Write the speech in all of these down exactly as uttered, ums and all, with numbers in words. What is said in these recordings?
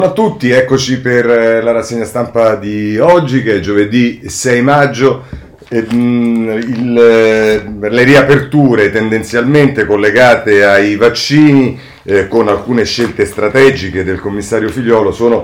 Ciao a tutti, eccoci per la rassegna stampa di oggi che è giovedì sei maggio. E, mh, il, le riaperture tendenzialmente collegate ai vaccini eh, con alcune scelte strategiche del commissario Figliuolo sono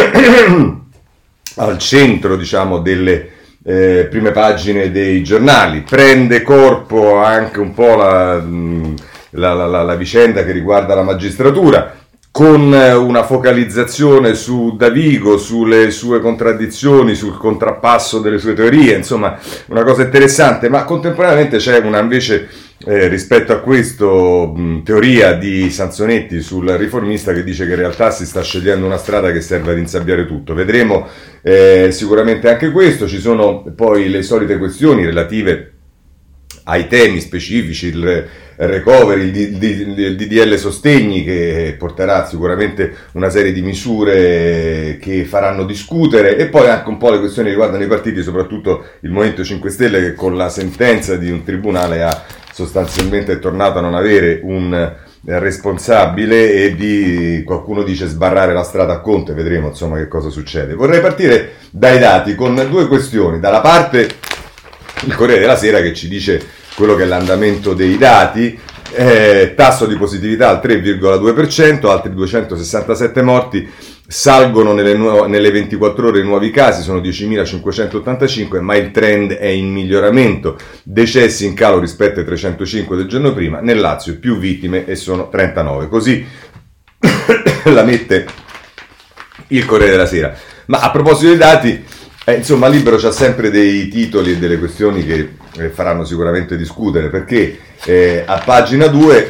al centro, diciamo, delle eh, prime pagine dei giornali. Prende corpo anche un po' la, mh, la, la, la, la vicenda che riguarda la magistratura, con una focalizzazione su Davigo, sulle sue contraddizioni, sul contrappasso delle sue teorie, insomma una cosa interessante, ma contemporaneamente c'è una invece eh, rispetto a questo mh, teoria di Sansonetti sul riformista che dice che in realtà si sta scegliendo una strada che serve ad insabbiare tutto. Vedremo eh, sicuramente anche questo. Ci sono poi le solite questioni relative ai temi specifici, il recovery, il D D L sostegni che porterà sicuramente una serie di misure che faranno discutere, e poi anche un po' le questioni che riguardano i partiti, soprattutto il Movimento cinque Stelle, che con la sentenza di un tribunale ha sostanzialmente tornato a non avere un responsabile e di, qualcuno dice, sbarrare la strada a Conte. Vedremo insomma che cosa succede. Vorrei partire dai dati con due questioni. Dalla parte il Corriere della Sera che ci dice quello che è l'andamento dei dati, eh, tasso di positività al tre virgola due per cento, altri duecentosessantasette morti, salgono nelle, nu- nelle ventiquattro ore i nuovi casi, sono diecimilacinquecentottantacinque, ma il trend è in miglioramento, decessi in calo rispetto ai trecentocinque del giorno prima, nel Lazio più vittime e sono trentanove, così la mette il Corriere della Sera. Ma a proposito dei dati, Eh, insomma, Libero c'ha sempre dei titoli e delle questioni che eh, faranno sicuramente discutere, perché eh, a pagina due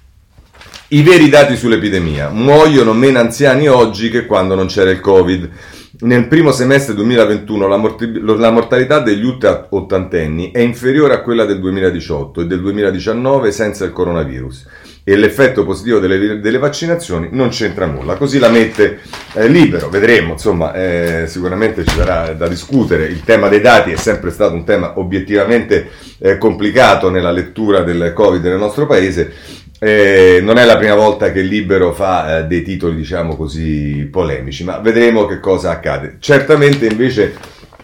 i veri dati sull'epidemia: muoiono meno anziani oggi che quando non c'era il Covid. Nel primo semestre duemilaventuno la, morti- la mortalità degli ottantenni è inferiore a quella del duemiladiciotto e del duemiladiciannove senza il coronavirus, e l'effetto positivo delle, delle vaccinazioni non c'entra nulla. Così la mette eh, Libero. Vedremo, insomma, eh, sicuramente ci sarà da discutere. Il tema dei dati è sempre stato un tema obiettivamente eh, complicato nella lettura del Covid nel nostro paese. Eh, non è la prima volta che Libero fa eh, dei titoli, diciamo così, polemici, ma vedremo che cosa accade. Certamente invece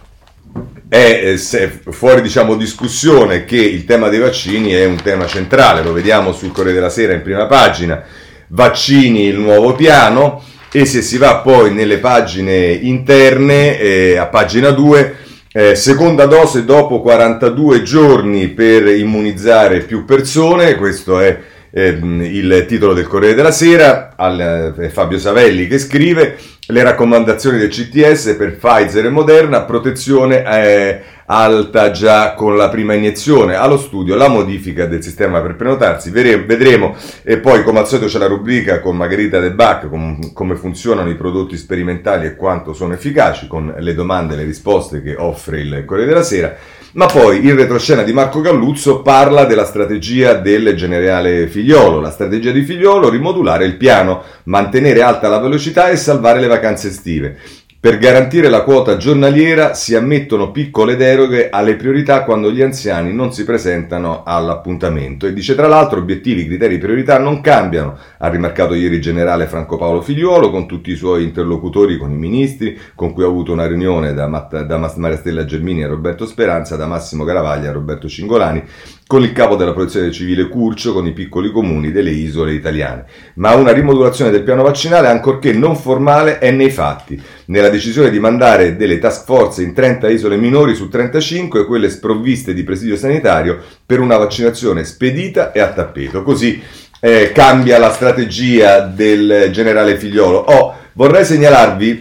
è eh, fuori, diciamo, discussione che il tema dei vaccini è un tema centrale. Lo vediamo sul Corriere della Sera in prima pagina: vaccini, il nuovo piano. E se si va poi nelle pagine interne, eh, a pagina due, eh, seconda dose dopo quarantadue giorni per immunizzare più persone. Questo è eh, il titolo del Corriere della Sera. Al, eh, Fabio Savelli che scrive: le raccomandazioni del C T S per Pfizer e Moderna, protezione eh, alta già con la prima iniezione, allo studio la modifica del sistema per prenotarsi. Vere- vedremo. E poi, come al solito, c'è la rubrica con Margherita De Bach, com- come funzionano i prodotti sperimentali e quanto sono efficaci, con le domande e le risposte che offre il Corriere della Sera. Ma poi il retroscena di Marco Galluzzo parla della strategia del generale Figliuolo. La strategia di Figliuolo: rimodulare il piano, mantenere alta la velocità e salvare le vacanze estive. Per garantire la quota giornaliera si ammettono piccole deroghe alle priorità quando gli anziani non si presentano all'appuntamento. E dice, tra l'altro, obiettivi, criteri di priorità non cambiano. Ha rimarcato ieri il generale Franco Paolo Figliuolo con tutti i suoi interlocutori, con i ministri, con cui ha avuto una riunione da, Matt- da Maria Stella Gelmini a Roberto Speranza, da Massimo Garavaglia a Roberto Cingolani, con il capo della protezione civile Curcio, con i piccoli comuni delle isole italiane. Ma una rimodulazione del piano vaccinale, ancorché non formale, è nei fatti. Nella decisione di mandare delle task force in trenta isole minori su trentacinque, quelle sprovviste di presidio sanitario, per una vaccinazione spedita e a tappeto. Così eh, cambia la strategia del generale Figliuolo. Oh, vorrei segnalarvi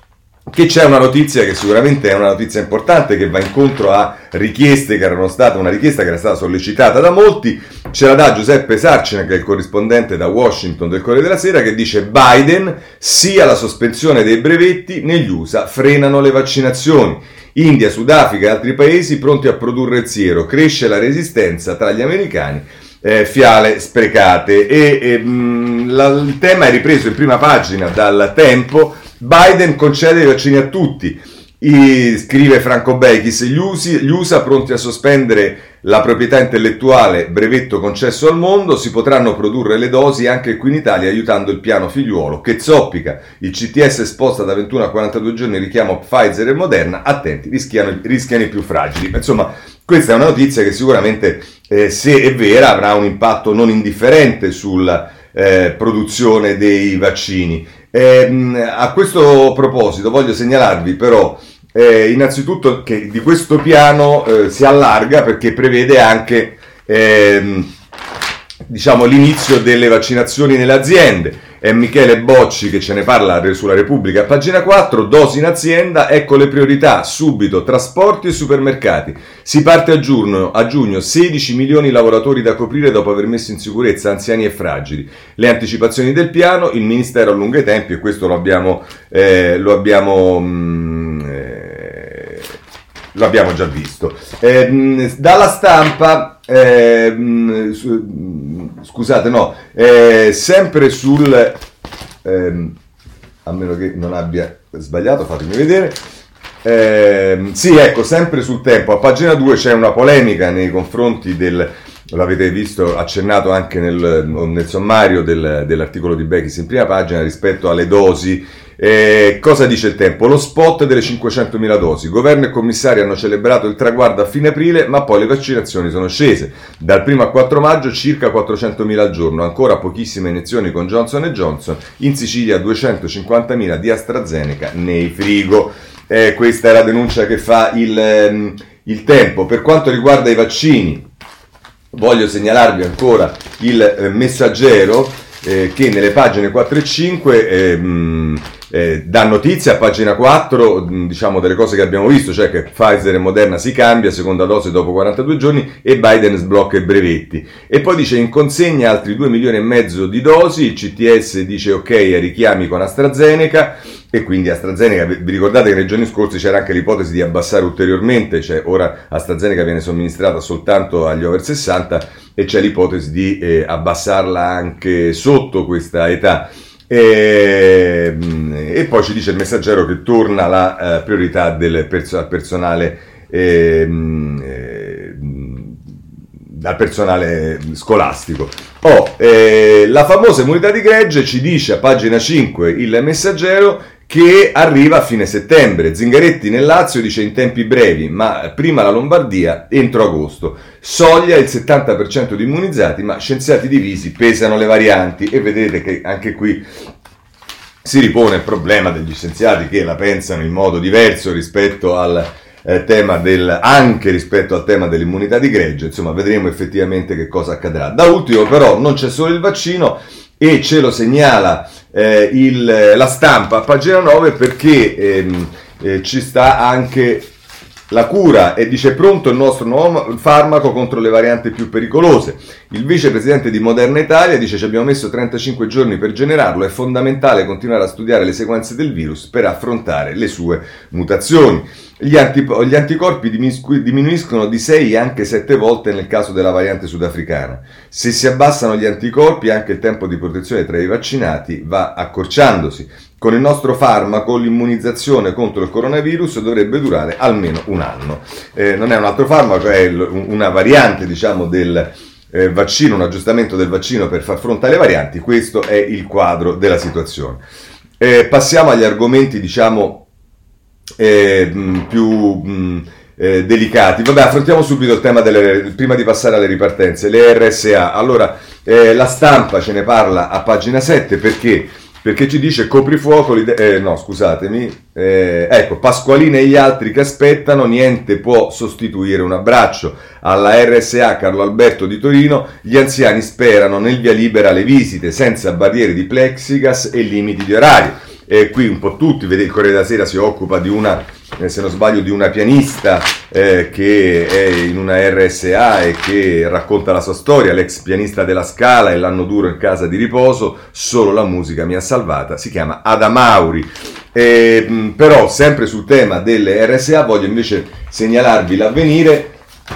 che c'è una notizia che sicuramente è una notizia importante, che va incontro a richieste che erano state, una richiesta che era stata sollecitata da molti. Ce la dà Giuseppe Sarcina, che è il corrispondente da Washington del Corriere della Sera, che dice: Biden, sì alla sospensione dei brevetti, negli U S A frenano le vaccinazioni. India, Sudafrica e altri paesi pronti a produrre il siero, cresce la resistenza tra gli americani. Eh, fiale sprecate. E, e mh, la, il tema è ripreso in prima pagina dal Tempo. Biden concede i vaccini a tutti. I, scrive Franco Bechis, gli, usi, gli U S A pronti a sospendere la proprietà intellettuale, brevetto concesso al mondo, si potranno produrre le dosi anche qui in Italia aiutando il piano figliuolo che zoppica, il C T S sposta da ventuno a quarantadue giorni, richiamo Pfizer e Moderna, attenti, rischiano, rischiano i più fragili. Insomma, questa è una notizia che sicuramente, eh, se è vera, avrà un impatto non indifferente sulla eh, produzione dei vaccini. Eh, a questo proposito voglio segnalarvi però eh, innanzitutto che di questo piano eh, si allarga perché prevede anche eh, diciamo l'inizio delle vaccinazioni nelle aziende. È Michele Bocci che ce ne parla sulla Repubblica, pagina quattro, dosi in azienda, ecco le priorità, subito, trasporti e supermercati. Si parte a giugno, a giugno sedici milioni di lavoratori da coprire dopo aver messo in sicurezza anziani e fragili. Le anticipazioni del piano, il Ministero allunga i tempi e questo lo abbiamo, eh, lo abbiamo, mh, eh, lo abbiamo già visto. Eh, dalla stampa... Eh, scusate, no, eh, sempre sul, ehm, a meno che non abbia sbagliato, fatemi vedere. Eh, sì, ecco, sempre sul Tempo, a pagina due c'è una polemica nei confronti del, l'avete visto accennato anche nel, nel sommario del, dell'articolo di Bechis in prima pagina rispetto alle dosi. Eh, cosa dice il Tempo? Lo spot delle cinquecentomila dosi. Governo e commissari hanno celebrato il traguardo a fine aprile, ma poi le vaccinazioni sono scese. Dal primo al quattro maggio circa quattrocentomila al giorno, ancora pochissime iniezioni con Johnson and Johnson, in Sicilia duecentocinquantamila di AstraZeneca nei frigo. Eh, questa è la denuncia che fa il, ehm, il Tempo. Per quanto riguarda i vaccini, voglio segnalarvi ancora il eh, Messaggero, eh, che nelle pagine quattro e cinque ehm, eh, dà notizia a pagina quattro, diciamo, delle cose che abbiamo visto, cioè che Pfizer e Moderna si cambia, seconda dose dopo quarantadue giorni e Biden sblocca i brevetti. E poi dice in consegna altri due milioni e mezzo di dosi, il C T S dice ok ai richiami con AstraZeneca. E quindi AstraZeneca, vi ricordate che nei giorni scorsi c'era anche l'ipotesi di abbassare ulteriormente, cioè ora AstraZeneca viene somministrata soltanto agli over sessanta e c'è l'ipotesi di eh, abbassarla anche sotto questa età. E, e poi ci dice il Messaggero che torna la eh, priorità del perso- al personale eh, eh, al personale scolastico. Oh, eh, la famosa immunità di gregge ci dice a pagina cinque il Messaggero che arriva a fine settembre. Zingaretti nel Lazio dice in tempi brevi, ma prima la Lombardia entro agosto. Soglia il settanta per cento di immunizzati, ma scienziati divisi, pesano le varianti. E vedete che anche qui si ripone il problema degli scienziati che la pensano in modo diverso rispetto al eh, tema del, anche rispetto al tema dell'immunità di gregge. Insomma, vedremo effettivamente che cosa accadrà. Da ultimo però non c'è solo il vaccino, e ce lo segnala eh, il, la Stampa a pagina nove, perché ehm, eh, ci sta anche la cura e dice pronto il nostro nuovo farmaco contro le varianti più pericolose. Il vicepresidente di Moderna Italia dice ci abbiamo messo trentacinque giorni per generarlo, è fondamentale continuare a studiare le sequenze del virus per affrontare le sue mutazioni. Gli, antip- gli anticorpi dimiscu- diminuiscono di sei e anche sette volte nel caso della variante sudafricana. Se si abbassano gli anticorpi anche il tempo di protezione tra i vaccinati va accorciandosi. Con il nostro farmaco l'immunizzazione contro il coronavirus dovrebbe durare almeno un anno. Eh, non è un altro farmaco, è l- una variante, diciamo, del eh, vaccino, un aggiustamento del vaccino per far fronte alle varianti. Questo è il quadro della situazione. Eh, passiamo agli argomenti, diciamo, Eh, mh, più mh, eh, delicati. Vabbè, affrontiamo subito il tema delle, prima di passare alle ripartenze, le R S A. Allora, eh, la Stampa ce ne parla a pagina sette, perché perché ci dice coprifuoco, eh, no scusatemi, eh, ecco, Pasqualini e gli altri che aspettano, niente può sostituire un abbraccio. Alla R S A Carlo Alberto di Torino, gli anziani sperano nel via libera alle visite, senza barriere di plexigas e limiti di orario. E qui un po' tutti, vedete, il Corriere della Sera si occupa di una, eh, se non sbaglio, di una pianista eh, che è in una R S A e che racconta la sua storia, l'ex pianista della Scala e l'anno duro in casa di riposo, solo la musica mi ha salvata, si chiama Ada Mauri. Eh, mh, però sempre sul tema delle R S A voglio invece segnalarvi l'Avvenire,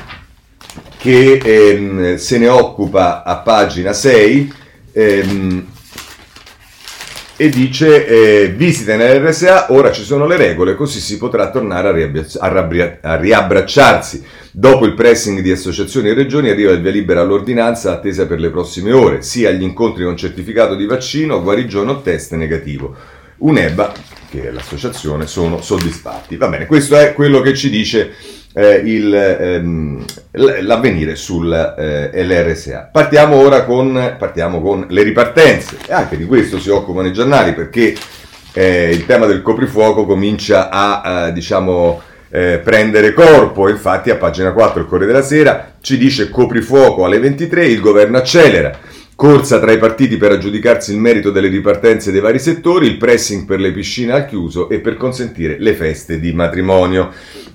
che ehm, se ne occupa a pagina sei. ehm, e dice eh, visita nell'R S A, ora ci sono le regole, così si potrà tornare a, riabbia- a, rabbria- a riabbracciarsi. Dopo il pressing di associazioni e regioni arriva il via libera all'ordinanza attesa per le prossime ore, sia agli incontri con certificato di vaccino, guarigione o test negativo. Uneba, che è l'associazione, sono soddisfatti. Va bene, questo è quello che ci dice eh, il, ehm, l'avvenire sul eh, l'R S A. Partiamo ora con, partiamo con le ripartenze, e anche di questo si occupano i giornali, perché eh, il tema del coprifuoco comincia a, eh, diciamo, eh, prendere corpo. Infatti a pagina quattro il Corriere della Sera ci dice coprifuoco alle ventitré, il governo accelera. Corsa tra i partiti per aggiudicarsi il merito delle ripartenze dei vari settori, il pressing per le piscine al chiuso e per consentire le feste di matrimonio.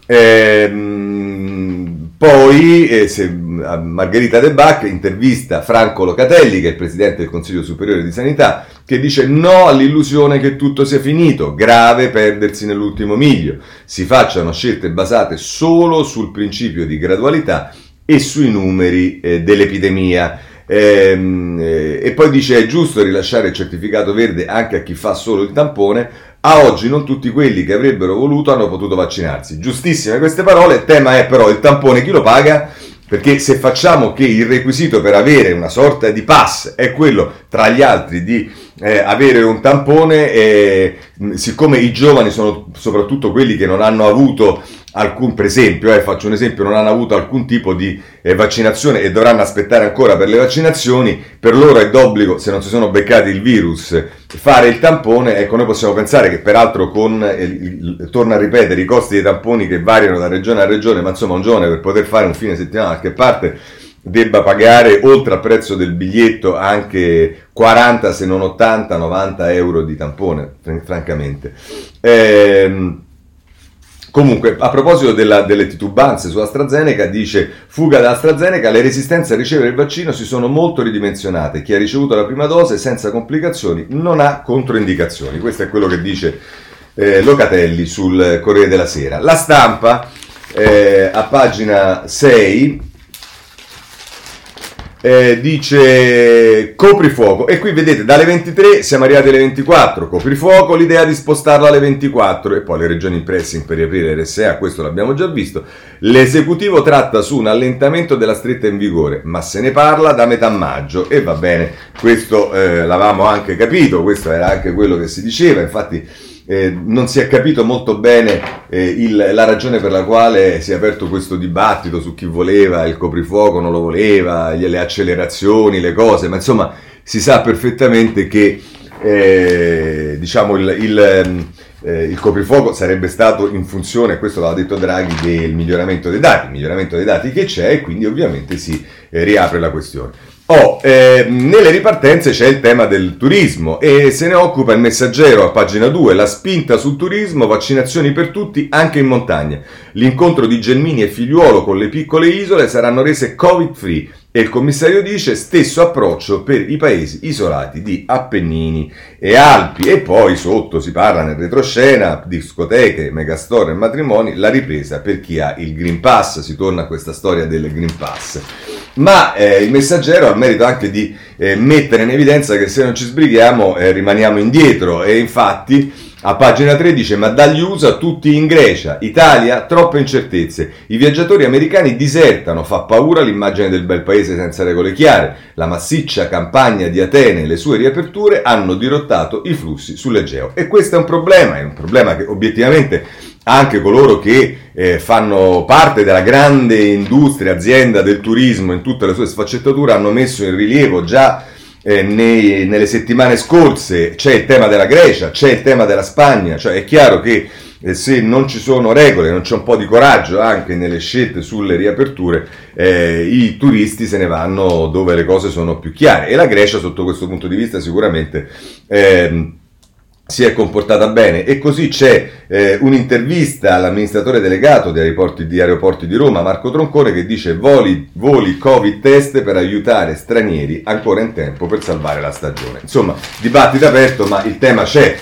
Ehm, poi eh, se, Margherita De Bach intervista Franco Locatelli, che è il presidente del Consiglio Superiore di Sanità, che dice no all'illusione che tutto sia finito, grave perdersi nell'ultimo miglio, si facciano scelte basate solo sul principio di gradualità e sui numeri eh, dell'epidemia. Ehm, eh, e poi dice è giusto rilasciare il certificato verde anche a chi fa solo il tampone. A oggi non tutti quelli che avrebbero voluto hanno potuto vaccinarsi. Giustissime queste parole. Il tema è però il tampone chi lo paga? Perché se facciamo che il requisito per avere una sorta di pass è quello, tra gli altri, di eh, avere un tampone, eh, siccome i giovani sono soprattutto quelli che non hanno avuto alcun, per esempio, eh, faccio un esempio, non hanno avuto alcun tipo di eh, vaccinazione e dovranno aspettare ancora per le vaccinazioni, per loro è d'obbligo, se non si sono beccati il virus, fare il tampone. Ecco, noi possiamo pensare che peraltro con, eh, il, torno a ripetere, i costi dei tamponi che variano da regione a regione, ma insomma un giovane per poter fare un fine settimana da qualche parte debba pagare oltre al prezzo del biglietto anche quaranta se non ottanta novanta euro di tampone, francamente. Ehm, Comunque, a proposito della, delle titubanze su AstraZeneca, dice fuga da AstraZeneca, le resistenze a ricevere il vaccino si sono molto ridimensionate, chi ha ricevuto la prima dose senza complicazioni non ha controindicazioni. Questo è quello che dice eh, Locatelli sul Corriere della Sera. La Stampa, eh, a pagina sei, Eh, dice coprifuoco, e qui vedete dalle ventitré siamo arrivati alle ventiquattro, coprifuoco, l'idea di spostarlo alle ventiquattro e poi le regioni in pressing per riaprire l'R S A, questo l'abbiamo già visto. L'esecutivo tratta su un allentamento della stretta in vigore, ma se ne parla da metà maggio, e va bene, questo eh, l'avevamo anche capito, questo era anche quello che si diceva. Infatti Eh, non si è capito molto bene eh, il, la ragione per la quale si è aperto questo dibattito su chi voleva il coprifuoco, non lo voleva, le accelerazioni, le cose, ma insomma si sa perfettamente che eh, diciamo il, il, eh, il coprifuoco sarebbe stato in funzione, questo l'ha detto Draghi, del miglioramento dei dati, il miglioramento dei dati che c'è, e quindi ovviamente si eh, riapre la questione. Oh, eh, nelle ripartenze c'è il tema del turismo e se ne occupa il Messaggero a pagina due, la spinta sul turismo, vaccinazioni per tutti anche in montagna. L'incontro di Gelmini e Figliuolo con le piccole isole saranno rese covid free e il commissario dice stesso approccio per i paesi isolati di Appennini e Alpi. E poi sotto si parla nel retroscena, discoteche, megastore e matrimoni, la ripresa per chi ha il Green Pass, si torna a questa storia del Green Pass. Ma eh, il Messaggero ha il merito anche di eh, mettere in evidenza che se non ci sbrighiamo eh, rimaniamo indietro, e infatti a pagina tredici, ma dagli U S A tutti in Grecia, Italia troppe incertezze, i viaggiatori americani disertano, fa paura l'immagine del bel paese senza regole chiare, la massiccia campagna di Atene e le sue riaperture hanno dirottato i flussi sull'Egeo, e questo è un problema, è un problema che obiettivamente anche coloro che eh, fanno parte della grande industria, azienda del turismo in tutte le sue sfaccettature hanno messo in rilievo già eh, nei, nelle settimane scorse. C'è il tema della Grecia, c'è il tema della Spagna, cioè è chiaro che eh, se non ci sono regole, non c'è un po' di coraggio anche nelle scelte sulle riaperture, eh, i turisti se ne vanno dove le cose sono più chiare, e la Grecia sotto questo punto di vista sicuramente eh, si è comportata bene. E così c'è eh, un'intervista all'amministratore delegato di aeroporti, di aeroporti di Roma, Marco Troncone, che dice voli, voli Covid test per aiutare stranieri ancora in tempo per salvare la stagione. Insomma, dibattito aperto, ma il tema c'è.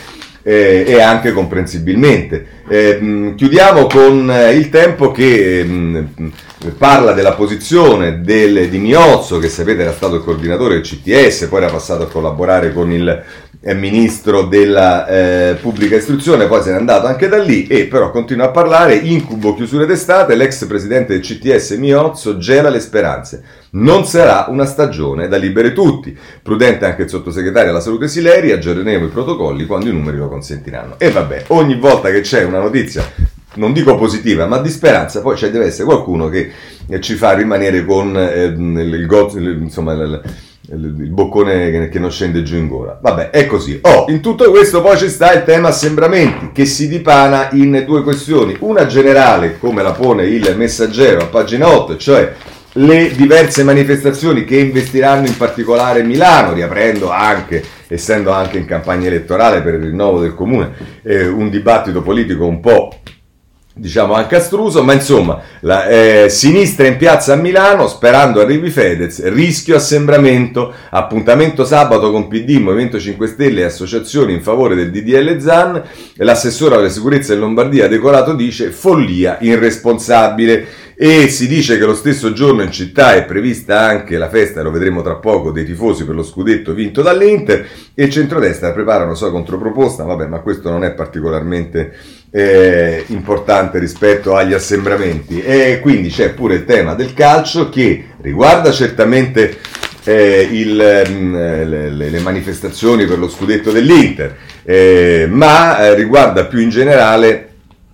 eh, e anche comprensibilmente. Eh, mh, chiudiamo con eh, il Tempo che mh, parla della posizione del, di Miozzo, che sapete era stato il coordinatore del C T S, poi era passato a collaborare con il eh, ministro della eh, pubblica istruzione, poi se n'è andato anche da lì, e però continua a parlare: incubo, chiusure d'estate, l'ex presidente del C T S Miozzo gela le speranze. Non sarà una stagione da liberi tutti. Prudente anche il sottosegretario alla salute Sileri, aggiorneremo i protocolli quando i numeri lo consentiranno. E vabbè, ogni volta che c'è una notizia, non dico positiva, ma di speranza, poi c'è deve essere qualcuno che eh, ci fa rimanere con eh, il, il, go- il, insomma, il, il, il boccone che, che non scende giù in gola. Vabbè, è così. Oh, in tutto questo poi ci sta il tema assembramenti, che si dipana in due questioni. Una generale, come la pone il Messaggero a pagina otto, cioè le diverse manifestazioni che investiranno in particolare Milano, riaprendo anche, essendo anche in campagna elettorale per il rinnovo del comune, eh, un dibattito politico un po', diciamo, anche astruso, ma insomma, la eh, sinistra in piazza a Milano, sperando arrivi Fedez, rischio assembramento, appuntamento sabato con P D, Movimento cinque Stelle e associazioni in favore del D D L Zan, l'assessore alla sicurezza in Lombardia Decorato dice follia irresponsabile. E si dice che lo stesso giorno in città è prevista anche la festa, lo vedremo tra poco, dei tifosi per lo scudetto vinto dall'Inter, e il centrodestra prepara una sua controproposta, vabbè, ma questo non è particolarmente eh, importante rispetto agli assembramenti. E quindi c'è pure il tema del calcio, che riguarda certamente eh, il, le, le manifestazioni per lo scudetto dell'Inter, eh, ma eh, riguarda più in generale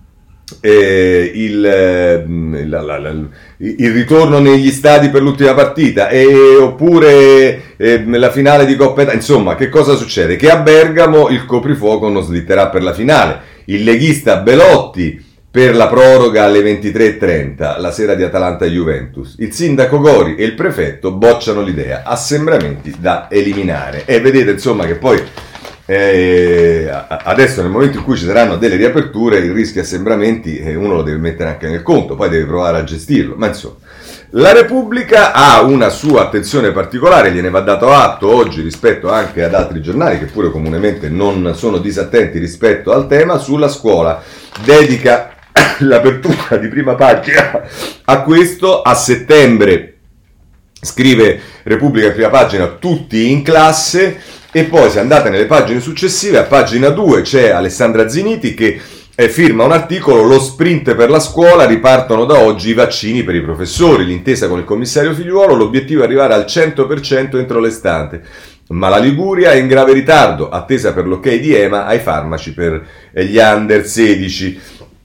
Eh, il, la, la, la, il ritorno negli stadi per l'ultima partita, e, oppure eh, la finale di Coppa Italia. Insomma, che cosa succede? Che a Bergamo il coprifuoco non slitterà per la finale. Il leghista Belotti per la proroga alle ventitré e trenta, la sera di Atalanta-Juventus. Il sindaco Gori e il prefetto bocciano l'idea, assembramenti da eliminare. E vedete insomma che poi Eh, adesso nel momento in cui ci saranno delle riaperture, il rischio assembramenti eh, uno lo deve mettere anche nel conto, poi deve provare a gestirlo, ma insomma. La Repubblica ha una sua attenzione particolare, gliene va dato atto oggi rispetto anche ad altri giornali che pure comunemente non sono disattenti rispetto al tema, sulla scuola. Dedica l'apertura di prima pagina a questo. A settembre, scrive Repubblica in prima pagina, tutti in classe. E poi, se andate nelle pagine successive, a pagina due c'è Alessandra Ziniti che eh, firma un articolo: lo sprint per la scuola, ripartono da oggi i vaccini per i professori, l'intesa con il commissario Figliuolo, l'obiettivo è arrivare al cento per cento entro l'estate, ma la Liguria è in grave ritardo, attesa per l'ok di EMA ai farmaci per eh, gli under sedici.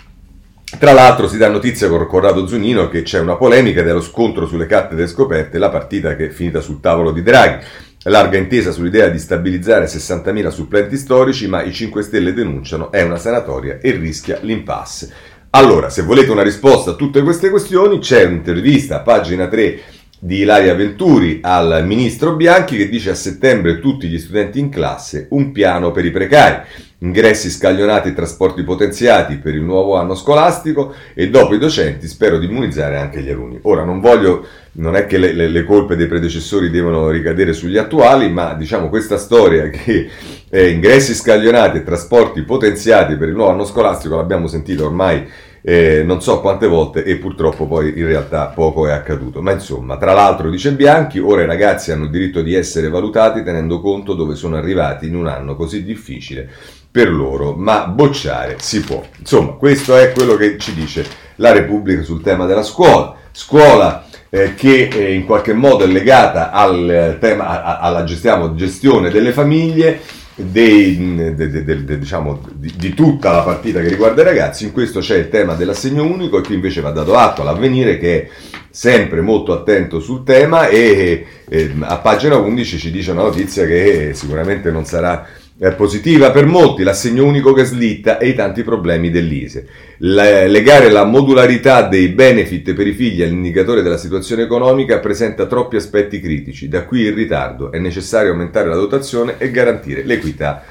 Tra l'altro si dà notizia con Corrado Zunino che c'è una polemica dello scontro sulle cattedre scoperte, la partita che è finita sul tavolo di Draghi. Larga intesa sull'idea di stabilizzare sessantamila supplenti storici, ma i cinque Stelle denunciano è una sanatoria e rischia l'impasse. Allora, se volete una risposta a tutte queste questioni, c'è un'intervista a pagina tre di Ilaria Venturi al ministro Bianchi, che dice: a settembre tutti gli studenti in classe, un piano per i precari, ingressi scaglionati e trasporti potenziati per il nuovo anno scolastico, e dopo i docenti spero di immunizzare anche gli alunni. Ora, non voglio, non è che le, le, le colpe dei predecessori devono ricadere sugli attuali, ma diciamo questa storia che eh, ingressi scaglionati e trasporti potenziati per il nuovo anno scolastico l'abbiamo sentita ormai Eh, non so quante volte, e purtroppo poi in realtà poco è accaduto. Ma insomma, tra l'altro, dice Bianchi, ora i ragazzi hanno il diritto di essere valutati tenendo conto dove sono arrivati in un anno così difficile per loro, ma bocciare si può. Insomma, questo è quello che ci dice la Repubblica sul tema della scuola. Scuola eh, che eh, in qualche modo è legata al tema, a, alla gestiamo, gestione delle famiglie, Dei, de, de, de, de, diciamo, di, di tutta la partita che riguarda i ragazzi. In questo c'è il tema dell'assegno unico, e qui invece va dato atto all'Avvenire, che è sempre molto attento sul tema, e, e a pagina undici ci dice una notizia che sicuramente non sarà è positiva per molti: l'assegno unico che slitta e i tanti problemi dell'I S E. La, legare la modularità dei benefit per i figli all'indicatore della situazione economica presenta troppi aspetti critici, da qui il ritardo, è necessario aumentare la dotazione e garantire l'equità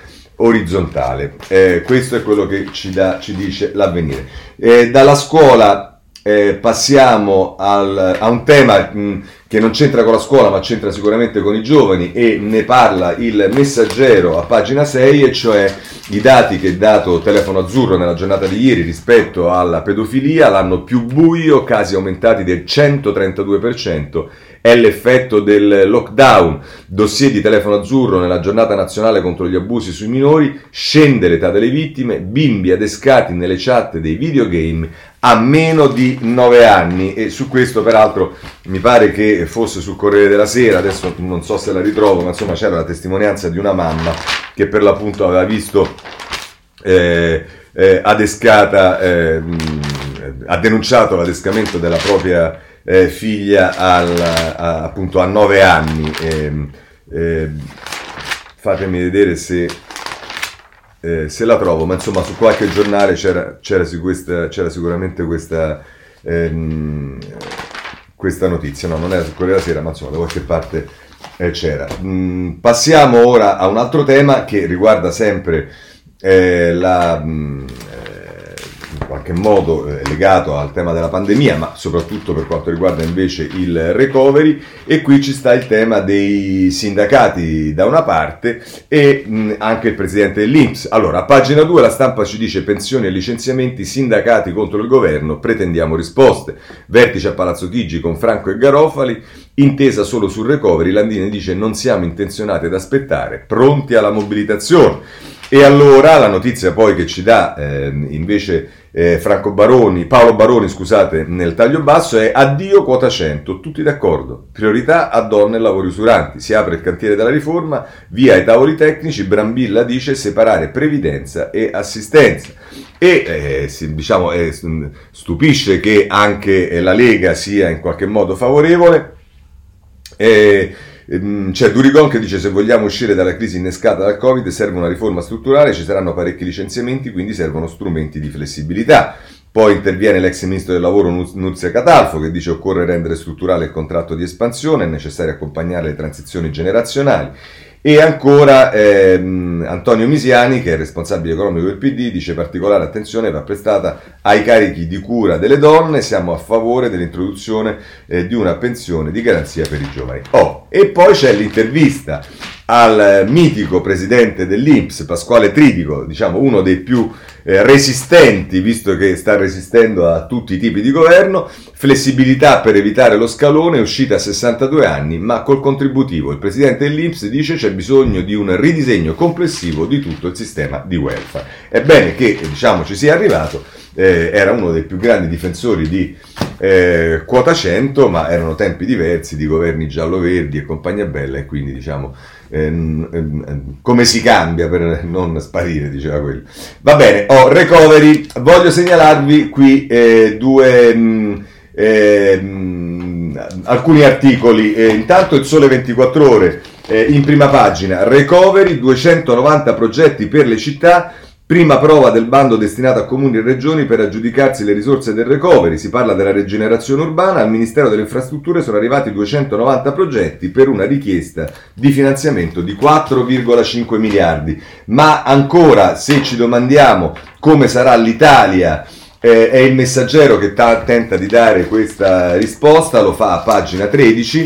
orizzontale. Eh, questo è quello che ci, dà, ci dice l'Avvenire. Eh, dalla scuola eh, passiamo al, a un tema mh, che non c'entra con la scuola ma c'entra sicuramente con i giovani, e ne parla il Messaggero a pagina sei, e cioè i dati che ha dato Telefono Azzurro nella giornata di ieri rispetto alla pedofilia. L'anno più buio, casi aumentati del centotrentadue per cento, è l'effetto del lockdown. Dossier di Telefono Azzurro nella giornata nazionale contro gli abusi sui minori, scende l'età delle vittime, bimbi adescati nelle chat dei videogame a meno di nove anni, e su questo peraltro mi pare che fosse sul Corriere della Sera, adesso non so se la ritrovo, ma insomma c'era la testimonianza di una mamma che per l'appunto aveva visto eh, eh, adescata, eh, ha denunciato l'adescamento della propria eh, figlia al, a, appunto a nove anni. Eh, eh, fatemi vedere se... Eh, se la trovo, ma insomma su qualche giornale c'era, c'era, su questa, c'era sicuramente questa, ehm, questa notizia. No, non era sul Corriere della Sera, ma insomma da qualche parte eh, c'era. Mm, passiamo ora a un altro tema che riguarda sempre eh, la... Mm, in qualche modo eh, legato al tema della pandemia, ma soprattutto per quanto riguarda invece il recovery, e qui ci sta il tema dei sindacati da una parte e mh, anche il presidente dell'I N P S. Allora, a pagina due la Stampa ci dice: pensioni e licenziamenti, sindacati contro il governo, pretendiamo risposte. Vertice a Palazzo Chigi con Franco e Garofali, intesa solo sul recovery. Landini dice: non siamo intenzionati ad aspettare, pronti alla mobilitazione. E allora la notizia poi che ci dà eh, invece eh, Franco Baroni, Paolo Baroni, scusate, nel taglio basso è: addio quota cento, tutti d'accordo, priorità a donne e lavori usuranti, si apre il cantiere della riforma, via ai tavoli tecnici, Brambilla dice separare previdenza e assistenza. E eh, si, diciamo, eh, stupisce che anche la Lega sia in qualche modo favorevole. Eh, C'è Durigon che dice: se vogliamo uscire dalla crisi innescata dal Covid serve una riforma strutturale, ci saranno parecchi licenziamenti, quindi servono strumenti di flessibilità. Poi interviene l'ex ministro del lavoro Nunzia Catalfo che dice: occorre rendere strutturale il contratto di espansione, è necessario accompagnare le transizioni generazionali. E ancora ehm, Antonio Misiani, che è responsabile economico del P D, dice: particolare attenzione va prestata ai carichi di cura delle donne, siamo a favore dell'introduzione eh, di una pensione di garanzia per i giovani. Oh, e poi c'è l'intervista al mitico presidente dell'I N P S, Pasquale Tridico, diciamo uno dei più eh, resistenti, visto che sta resistendo a tutti i tipi di governo. Flessibilità per evitare lo scalone, uscita a sessantadue anni, ma col contributivo. Il presidente dell'I N P S dice: c'è bisogno di un ridisegno complessivo di tutto il sistema di welfare. È bene che, diciamo, ci sia arrivato. Eh, era uno dei più grandi difensori di eh, quota cento, ma erano tempi diversi, di governi giallo-verdi e compagnia bella, e quindi diciamo ehm, ehm, come si cambia per non sparire, diceva quello. Va bene, ho oh, recovery, voglio segnalarvi qui eh, due mh, eh, mh, alcuni articoli. Eh, intanto il Sole ventiquattro Ore eh, in prima pagina: recovery, duecentonovanta progetti per le città. Prima prova del bando destinato a comuni e regioni per aggiudicarsi le risorse del recovery. Si parla della rigenerazione urbana. Al Ministero delle Infrastrutture sono arrivati duecentonovanta progetti per una richiesta di finanziamento di quattro virgola cinque miliardi. Ma ancora, se ci domandiamo come sarà l'Italia, eh, è il Messaggero che ta- tenta di dare questa risposta, lo fa a pagina tredici.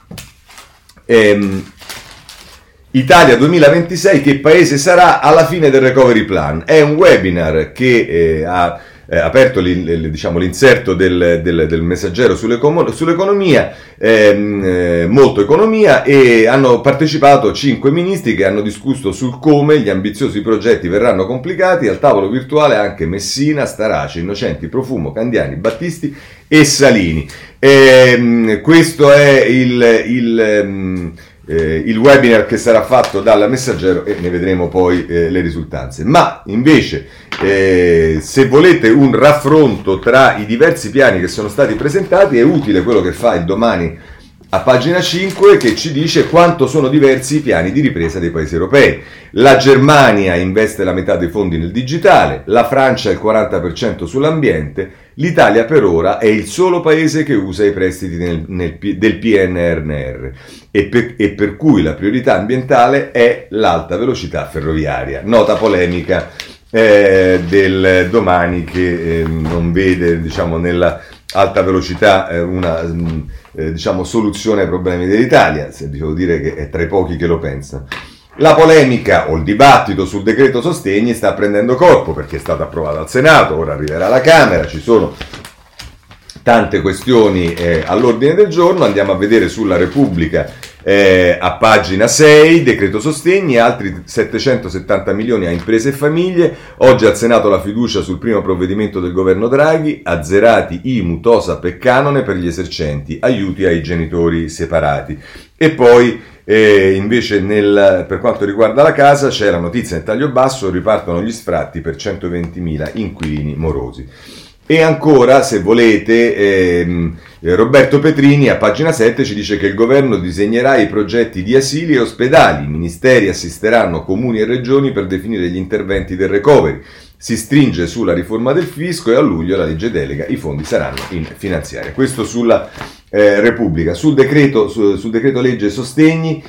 Ehm... Italia duemilaventisei, che paese sarà alla fine del recovery plan? È un webinar che eh, ha eh, aperto l'in, diciamo, l'inserto del, del, del Messaggero sull'economia, ehm, eh, molto economia, e hanno partecipato cinque ministri che hanno discusso sul come gli ambiziosi progetti verranno complicati. Al tavolo virtuale anche Messina, Starace, Innocenti, Profumo, Candiani, Battisti e Salini. Ehm, questo è il... il ehm, Eh, il webinar che sarà fatto dal Messaggero, e ne vedremo poi eh, le risultanze. Ma invece eh, se volete un raffronto tra i diversi piani che sono stati presentati, è utile quello che fa il Domani a pagina cinque, che ci dice quanto sono diversi i piani di ripresa dei paesi europei. La Germania investe la metà dei fondi nel digitale, la Francia il quaranta per cento sull'ambiente, l'Italia per ora è il solo paese che usa i prestiti nel, nel, del P N R N R e per, e per cui la priorità ambientale è l'alta velocità ferroviaria. Nota polemica eh, del Domani che eh, non vede, diciamo, nella alta velocità eh, una eh, diciamo soluzione ai problemi dell'Italia, se devo dire che è tra i pochi che lo pensano. La polemica o il dibattito sul decreto sostegni sta prendendo corpo perché è stato approvato al Senato, ora arriverà alla Camera, ci sono tante questioni eh, all'ordine del giorno. Andiamo a vedere sulla Repubblica eh, a pagina sei, decreto sostegni, altri settecentosettanta milioni a imprese e famiglie. Oggi al Senato la fiducia sul primo provvedimento del governo Draghi, azzerati I M U, TOSAP e canone per gli esercenti, aiuti ai genitori separati. E poi eh, invece nel, per quanto riguarda la casa c'è la notizia nel taglio basso, ripartono gli sfratti per centoventimila inquilini morosi. E ancora, se volete, ehm, Roberto Petrini a pagina sette ci dice che il governo disegnerà i progetti di asili e ospedali, i ministeri assisteranno comuni e regioni per definire gli interventi del recovery, si stringe sulla riforma del fisco e a luglio la legge delega, i fondi saranno in finanziaria. Questo sulla eh, Repubblica. Sul decreto, su, sul decreto legge sostegni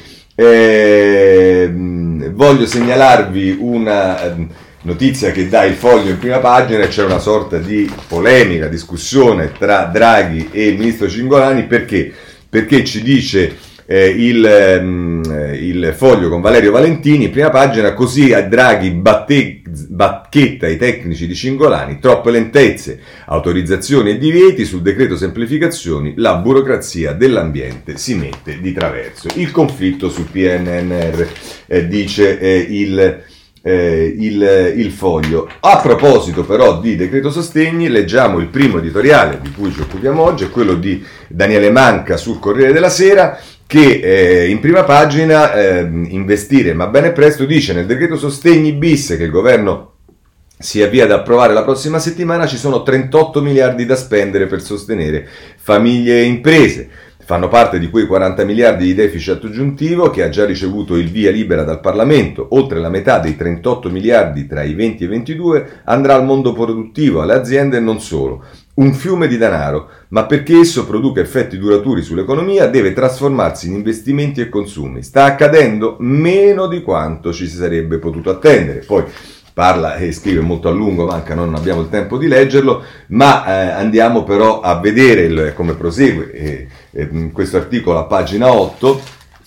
eh, voglio segnalarvi una notizia che dà il Foglio in prima pagina. C'è una sorta di polemica, discussione tra Draghi e il ministro Cingolani. Perché? Perché ci dice eh, il, ehm, il Foglio con Valerio Valentini, in prima pagina, così a Draghi batte, bacchetta i tecnici di Cingolani, troppe lentezze, autorizzazioni e divieti sul decreto semplificazioni, la burocrazia dell'ambiente si mette di traverso. Il conflitto sul P N N R, eh, dice eh, il Eh, il, il Foglio. A proposito però di decreto sostegni, leggiamo il primo editoriale di cui ci occupiamo oggi, è quello di Daniele Manca sul Corriere della Sera, che eh, in prima pagina eh, investire ma bene presto dice: nel decreto sostegni bis che il governo si avvia ad approvare la prossima settimana ci sono trentotto miliardi da spendere per sostenere famiglie e imprese. Fanno parte di quei quaranta miliardi di deficit aggiuntivo che ha già ricevuto il via libera dal Parlamento. Oltre la metà dei trentotto miliardi tra i venti e i ventidue andrà al mondo produttivo, alle aziende e non solo. Un fiume di denaro, ma perché esso produca effetti duraturi sull'economia deve trasformarsi in investimenti e consumi. Sta accadendo meno di quanto ci si sarebbe potuto attendere. Poi parla e scrive molto a lungo, manca, non abbiamo il tempo di leggerlo, ma eh, andiamo però a vedere il, come prosegue eh, eh, questo articolo a pagina otto,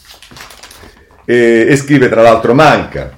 eh, e scrive tra l'altro Manca,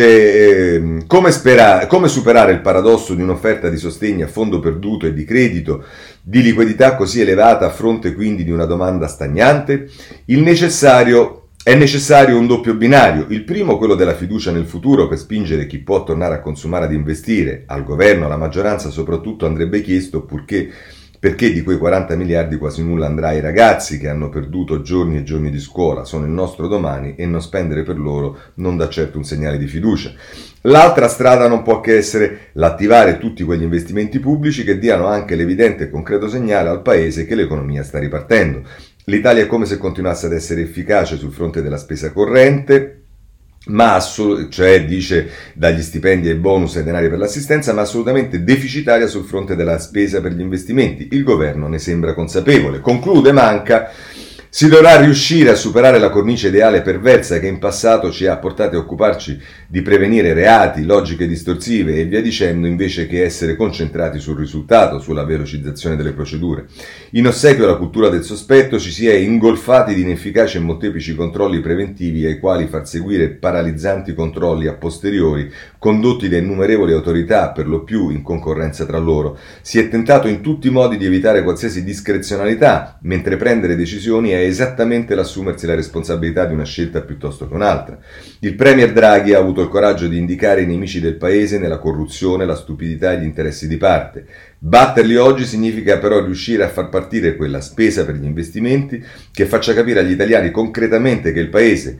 dice eh, come, spera- come superare il paradosso di un'offerta di sostegno a fondo perduto e di credito di liquidità così elevata a fronte quindi di una domanda stagnante? Il necessario È necessario un doppio binario, il primo quello della fiducia nel futuro per spingere chi può tornare a consumare ad investire. Al governo, alla maggioranza soprattutto andrebbe chiesto purché, perché di quei quaranta miliardi quasi nulla andrà ai ragazzi che hanno perduto giorni e giorni di scuola, sono il nostro domani e non spendere per loro non dà certo un segnale di fiducia. L'altra strada non può che essere l'attivare tutti quegli investimenti pubblici che diano anche l'evidente e concreto segnale al Paese che l'economia sta ripartendo. L'Italia è come se continuasse ad essere efficace sul fronte della spesa corrente, ma assolut- cioè dice dagli stipendi ai bonus ai denari per l'assistenza, ma assolutamente deficitaria sul fronte della spesa per gli investimenti. Il governo ne sembra consapevole. Conclude Manca: si dovrà riuscire a superare la cornice ideale perversa che in passato ci ha portati a occuparci di prevenire reati, logiche distorsive e via dicendo, invece che essere concentrati sul risultato, sulla velocizzazione delle procedure. In ossequio alla cultura del sospetto ci si è ingolfati di inefficaci e molteplici controlli preventivi ai quali far seguire paralizzanti controlli a posteriori condotti da innumerevoli autorità, per lo più in concorrenza tra loro. Si è tentato in tutti i modi di evitare qualsiasi discrezionalità, mentre prendere decisioni è esattamente l'assumersi la responsabilità di una scelta piuttosto che un'altra. Il premier Draghi ha avuto il coraggio di indicare i nemici del paese nella corruzione, la stupidità e gli interessi di parte. Batterli oggi significa però riuscire a far partire quella spesa per gli investimenti che faccia capire agli italiani concretamente che il paese,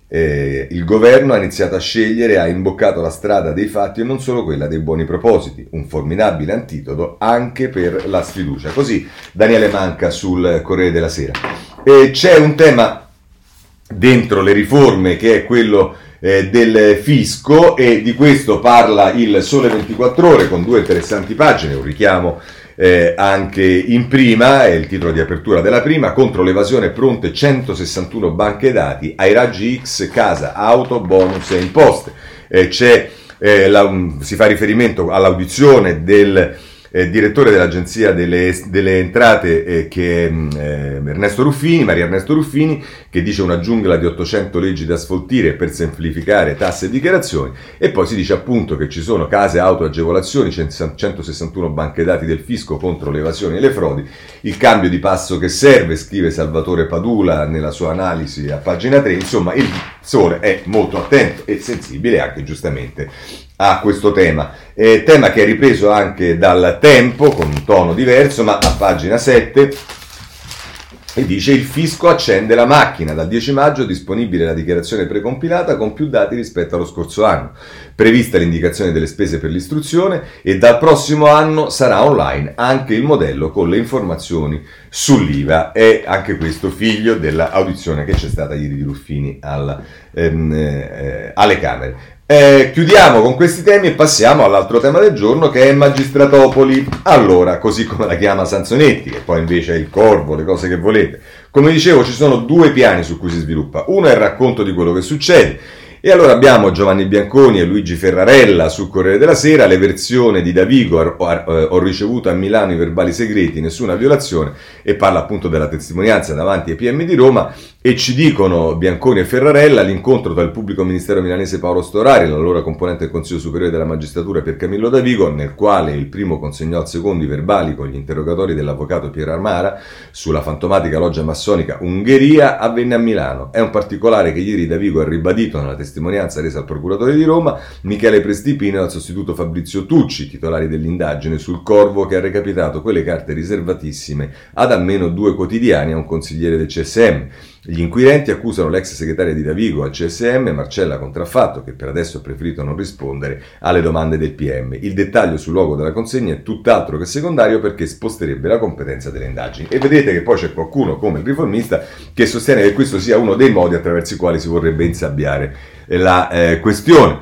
eh, il governo ha iniziato a scegliere, ha imboccato la strada dei fatti e non solo quella dei buoni propositi, un formidabile antidoto anche per la sfiducia. Così Daniele Manca sul Corriere della Sera. E c'è un tema dentro le riforme che è quello eh, del fisco, e di questo parla il Sole ventiquattro Ore con due interessanti pagine, un richiamo eh, anche in prima, è il titolo di apertura della prima: contro l'evasione pronte centosessantuno banche dati, ai raggi X, casa, auto, bonus e imposte. Eh, c'è, eh, la, si fa riferimento all'audizione del eh, direttore dell'Agenzia delle, delle Entrate, eh, che è eh, Ernesto Ruffini, Maria Ernesto Ruffini, che dice una giungla di ottocento leggi da sfoltire per semplificare tasse e dichiarazioni, e poi si dice appunto che ci sono case, auto, agevolazioni, centosessantuno banche dati del fisco contro le evasioni e le frodi, il cambio di passo che serve, scrive Salvatore Padula nella sua analisi a pagina tre. Insomma, il Sole è molto attento e sensibile anche giustamente a questo tema, eh, tema che è ripreso anche dal Tempo con un tono diverso, ma a pagina sette, e dice: il fisco accende la macchina, dal dieci maggio è disponibile la dichiarazione precompilata con più dati rispetto allo scorso anno, prevista l'indicazione delle spese per l'istruzione, e dal prossimo anno sarà online anche il modello con le informazioni sull'I V A. È anche questo figlio dell'audizione che c'è stata ieri di Ruffini alla, ehm, eh, alle Camere. Eh, chiudiamo con questi temi e passiamo all'altro tema del giorno, che è Magistratopoli. Allora, così come la chiama Sansonetti, che poi invece è il Corvo, le cose che volete. Come dicevo, ci sono due piani su cui si sviluppa. Uno è il racconto di quello che succede. E allora abbiamo Giovanni Bianconi e Luigi Ferrarella sul Corriere della Sera, le versioni di Davigo: ho ricevuto a Milano i verbali segreti, nessuna violazione, e parla appunto della testimonianza davanti ai P M di Roma. E ci dicono Bianconi e Ferrarella: l'incontro tra il pubblico ministero milanese Paolo Storari, l'allora componente del Consiglio Superiore della Magistratura, per Camillo Davigo, nel quale il primo consegnò al secondo i verbali con gli interrogatori dell'avvocato Piero Armara sulla fantomatica loggia massonica Ungheria, avvenne a Milano. È un particolare che ieri Davigo ha ribadito nella testimonianza resa al procuratore di Roma, Michele Prestipino, e al sostituto Fabrizio Tucci, titolari dell'indagine sul Corvo, che ha recapitato quelle carte riservatissime ad almeno due quotidiani e a un consigliere del C S M. Gli inquirenti accusano l'ex segretaria di Davigo al C S M, Marcella Contraffatto, che per adesso ha preferito non rispondere alle domande del P M. Il dettaglio sul luogo della consegna è tutt'altro che secondario, perché sposterebbe la competenza delle indagini. E vedete che poi c'è qualcuno, come il riformista, che sostiene che questo sia uno dei modi attraverso i quali si vorrebbe insabbiare la eh, questione.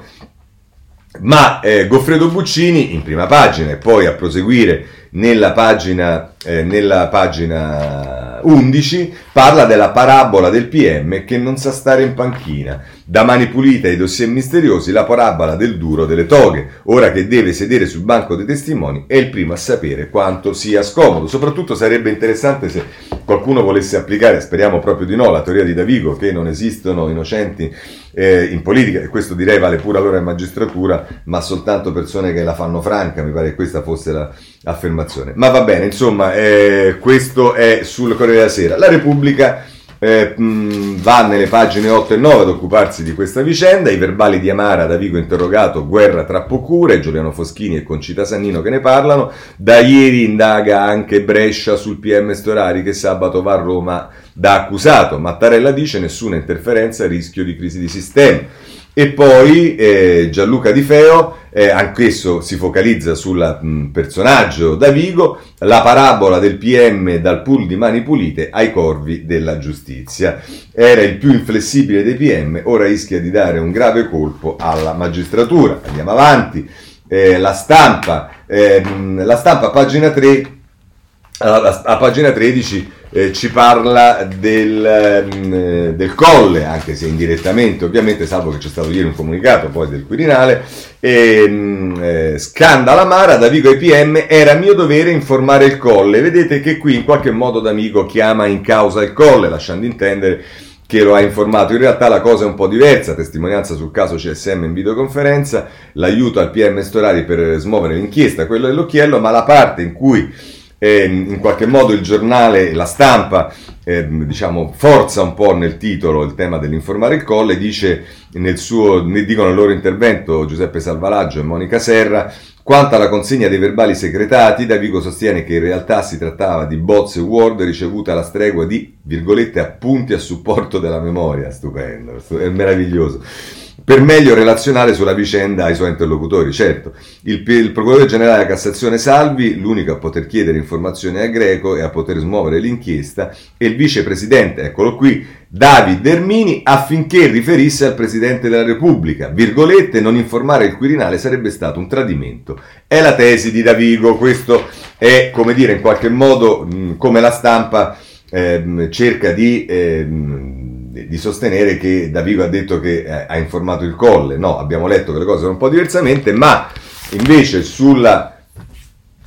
Ma eh, Goffredo Buccini in prima pagina, e poi a proseguire nella pagina, eh, nella pagina undici, parla della parabola del P M che non sa stare in panchina. Da Mani Pulite ai dossier misteriosi, la parabola del duro delle toghe. Ora che deve sedere sul banco dei testimoni è il primo a sapere quanto sia scomodo. Soprattutto sarebbe interessante se qualcuno volesse applicare, speriamo proprio di no, la teoria di Davigo, che non esistono innocenti eh, in politica, e questo direi vale pure allora in magistratura, ma soltanto persone che la fanno franca. Mi pare che questa fosse la affermazione. Ma va bene, insomma, eh, questo è sul Corriere della Sera. La Repubblica Eh, mh, va nelle pagine otto e nove ad occuparsi di questa vicenda. I verbali di Amara, Davigo interrogato, guerra tra procure, Giuliano Foschini e Concita Sannino che ne parlano. Da ieri indaga anche Brescia sul P M Storari, che sabato va a Roma da accusato. Mattarella dice nessuna interferenza, rischio di crisi di sistema. E poi eh, Gianluca Di Feo, eh, anch'esso si focalizza sul mh, personaggio Davigo, la parabola del P M dal pool di Mani Pulite ai corvi della giustizia. Era il più inflessibile dei P M, ora rischia di dare un grave colpo alla magistratura. Andiamo avanti. Eh, la stampa, eh, la stampa a pagina tre, a, a pagina tredici, Eh, ci parla del, eh, del Colle, anche se indirettamente ovviamente, salvo che c'è stato ieri un comunicato poi del Quirinale. E, eh, scandala Amara, Davigo ai P M, era mio dovere informare il Colle. Vedete che qui in qualche modo D'Amico chiama in causa il Colle, lasciando intendere che lo ha informato. In realtà la cosa è un po' diversa: testimonianza sul caso C S M in videoconferenza, l'aiuto al P M Storari per smuovere l'inchiesta, quello dell'occhiello, ma la parte in cui Eh, in qualche modo il giornale, la stampa, eh, diciamo, forza un po' nel titolo il tema dell'informare il Colle, dice nel suo, ne dicono nel loro intervento Giuseppe Salvalaggio e Monica Serra: quanto alla consegna dei verbali segretati, Davigo sostiene che in realtà si trattava di bozze Word ricevute alla stregua di, virgolette, appunti a supporto della memoria. Stupendo, è meraviglioso, per meglio relazionare sulla vicenda ai suoi interlocutori. Certo, il, il procuratore generale della Cassazione Salvi, l'unico a poter chiedere informazioni a Greco e a poter smuovere l'inchiesta, e il vicepresidente, eccolo qui, David Ermini, affinché riferisse al Presidente della Repubblica. Virgolette, non informare il Quirinale sarebbe stato un tradimento. È la tesi di Davigo. Questo è, come dire, in qualche modo, mh, come la stampa eh, cerca di... Eh, di sostenere che Davigo ha detto che eh, ha informato il Colle. No, abbiamo letto che le cose sono un po' diversamente, ma invece sulla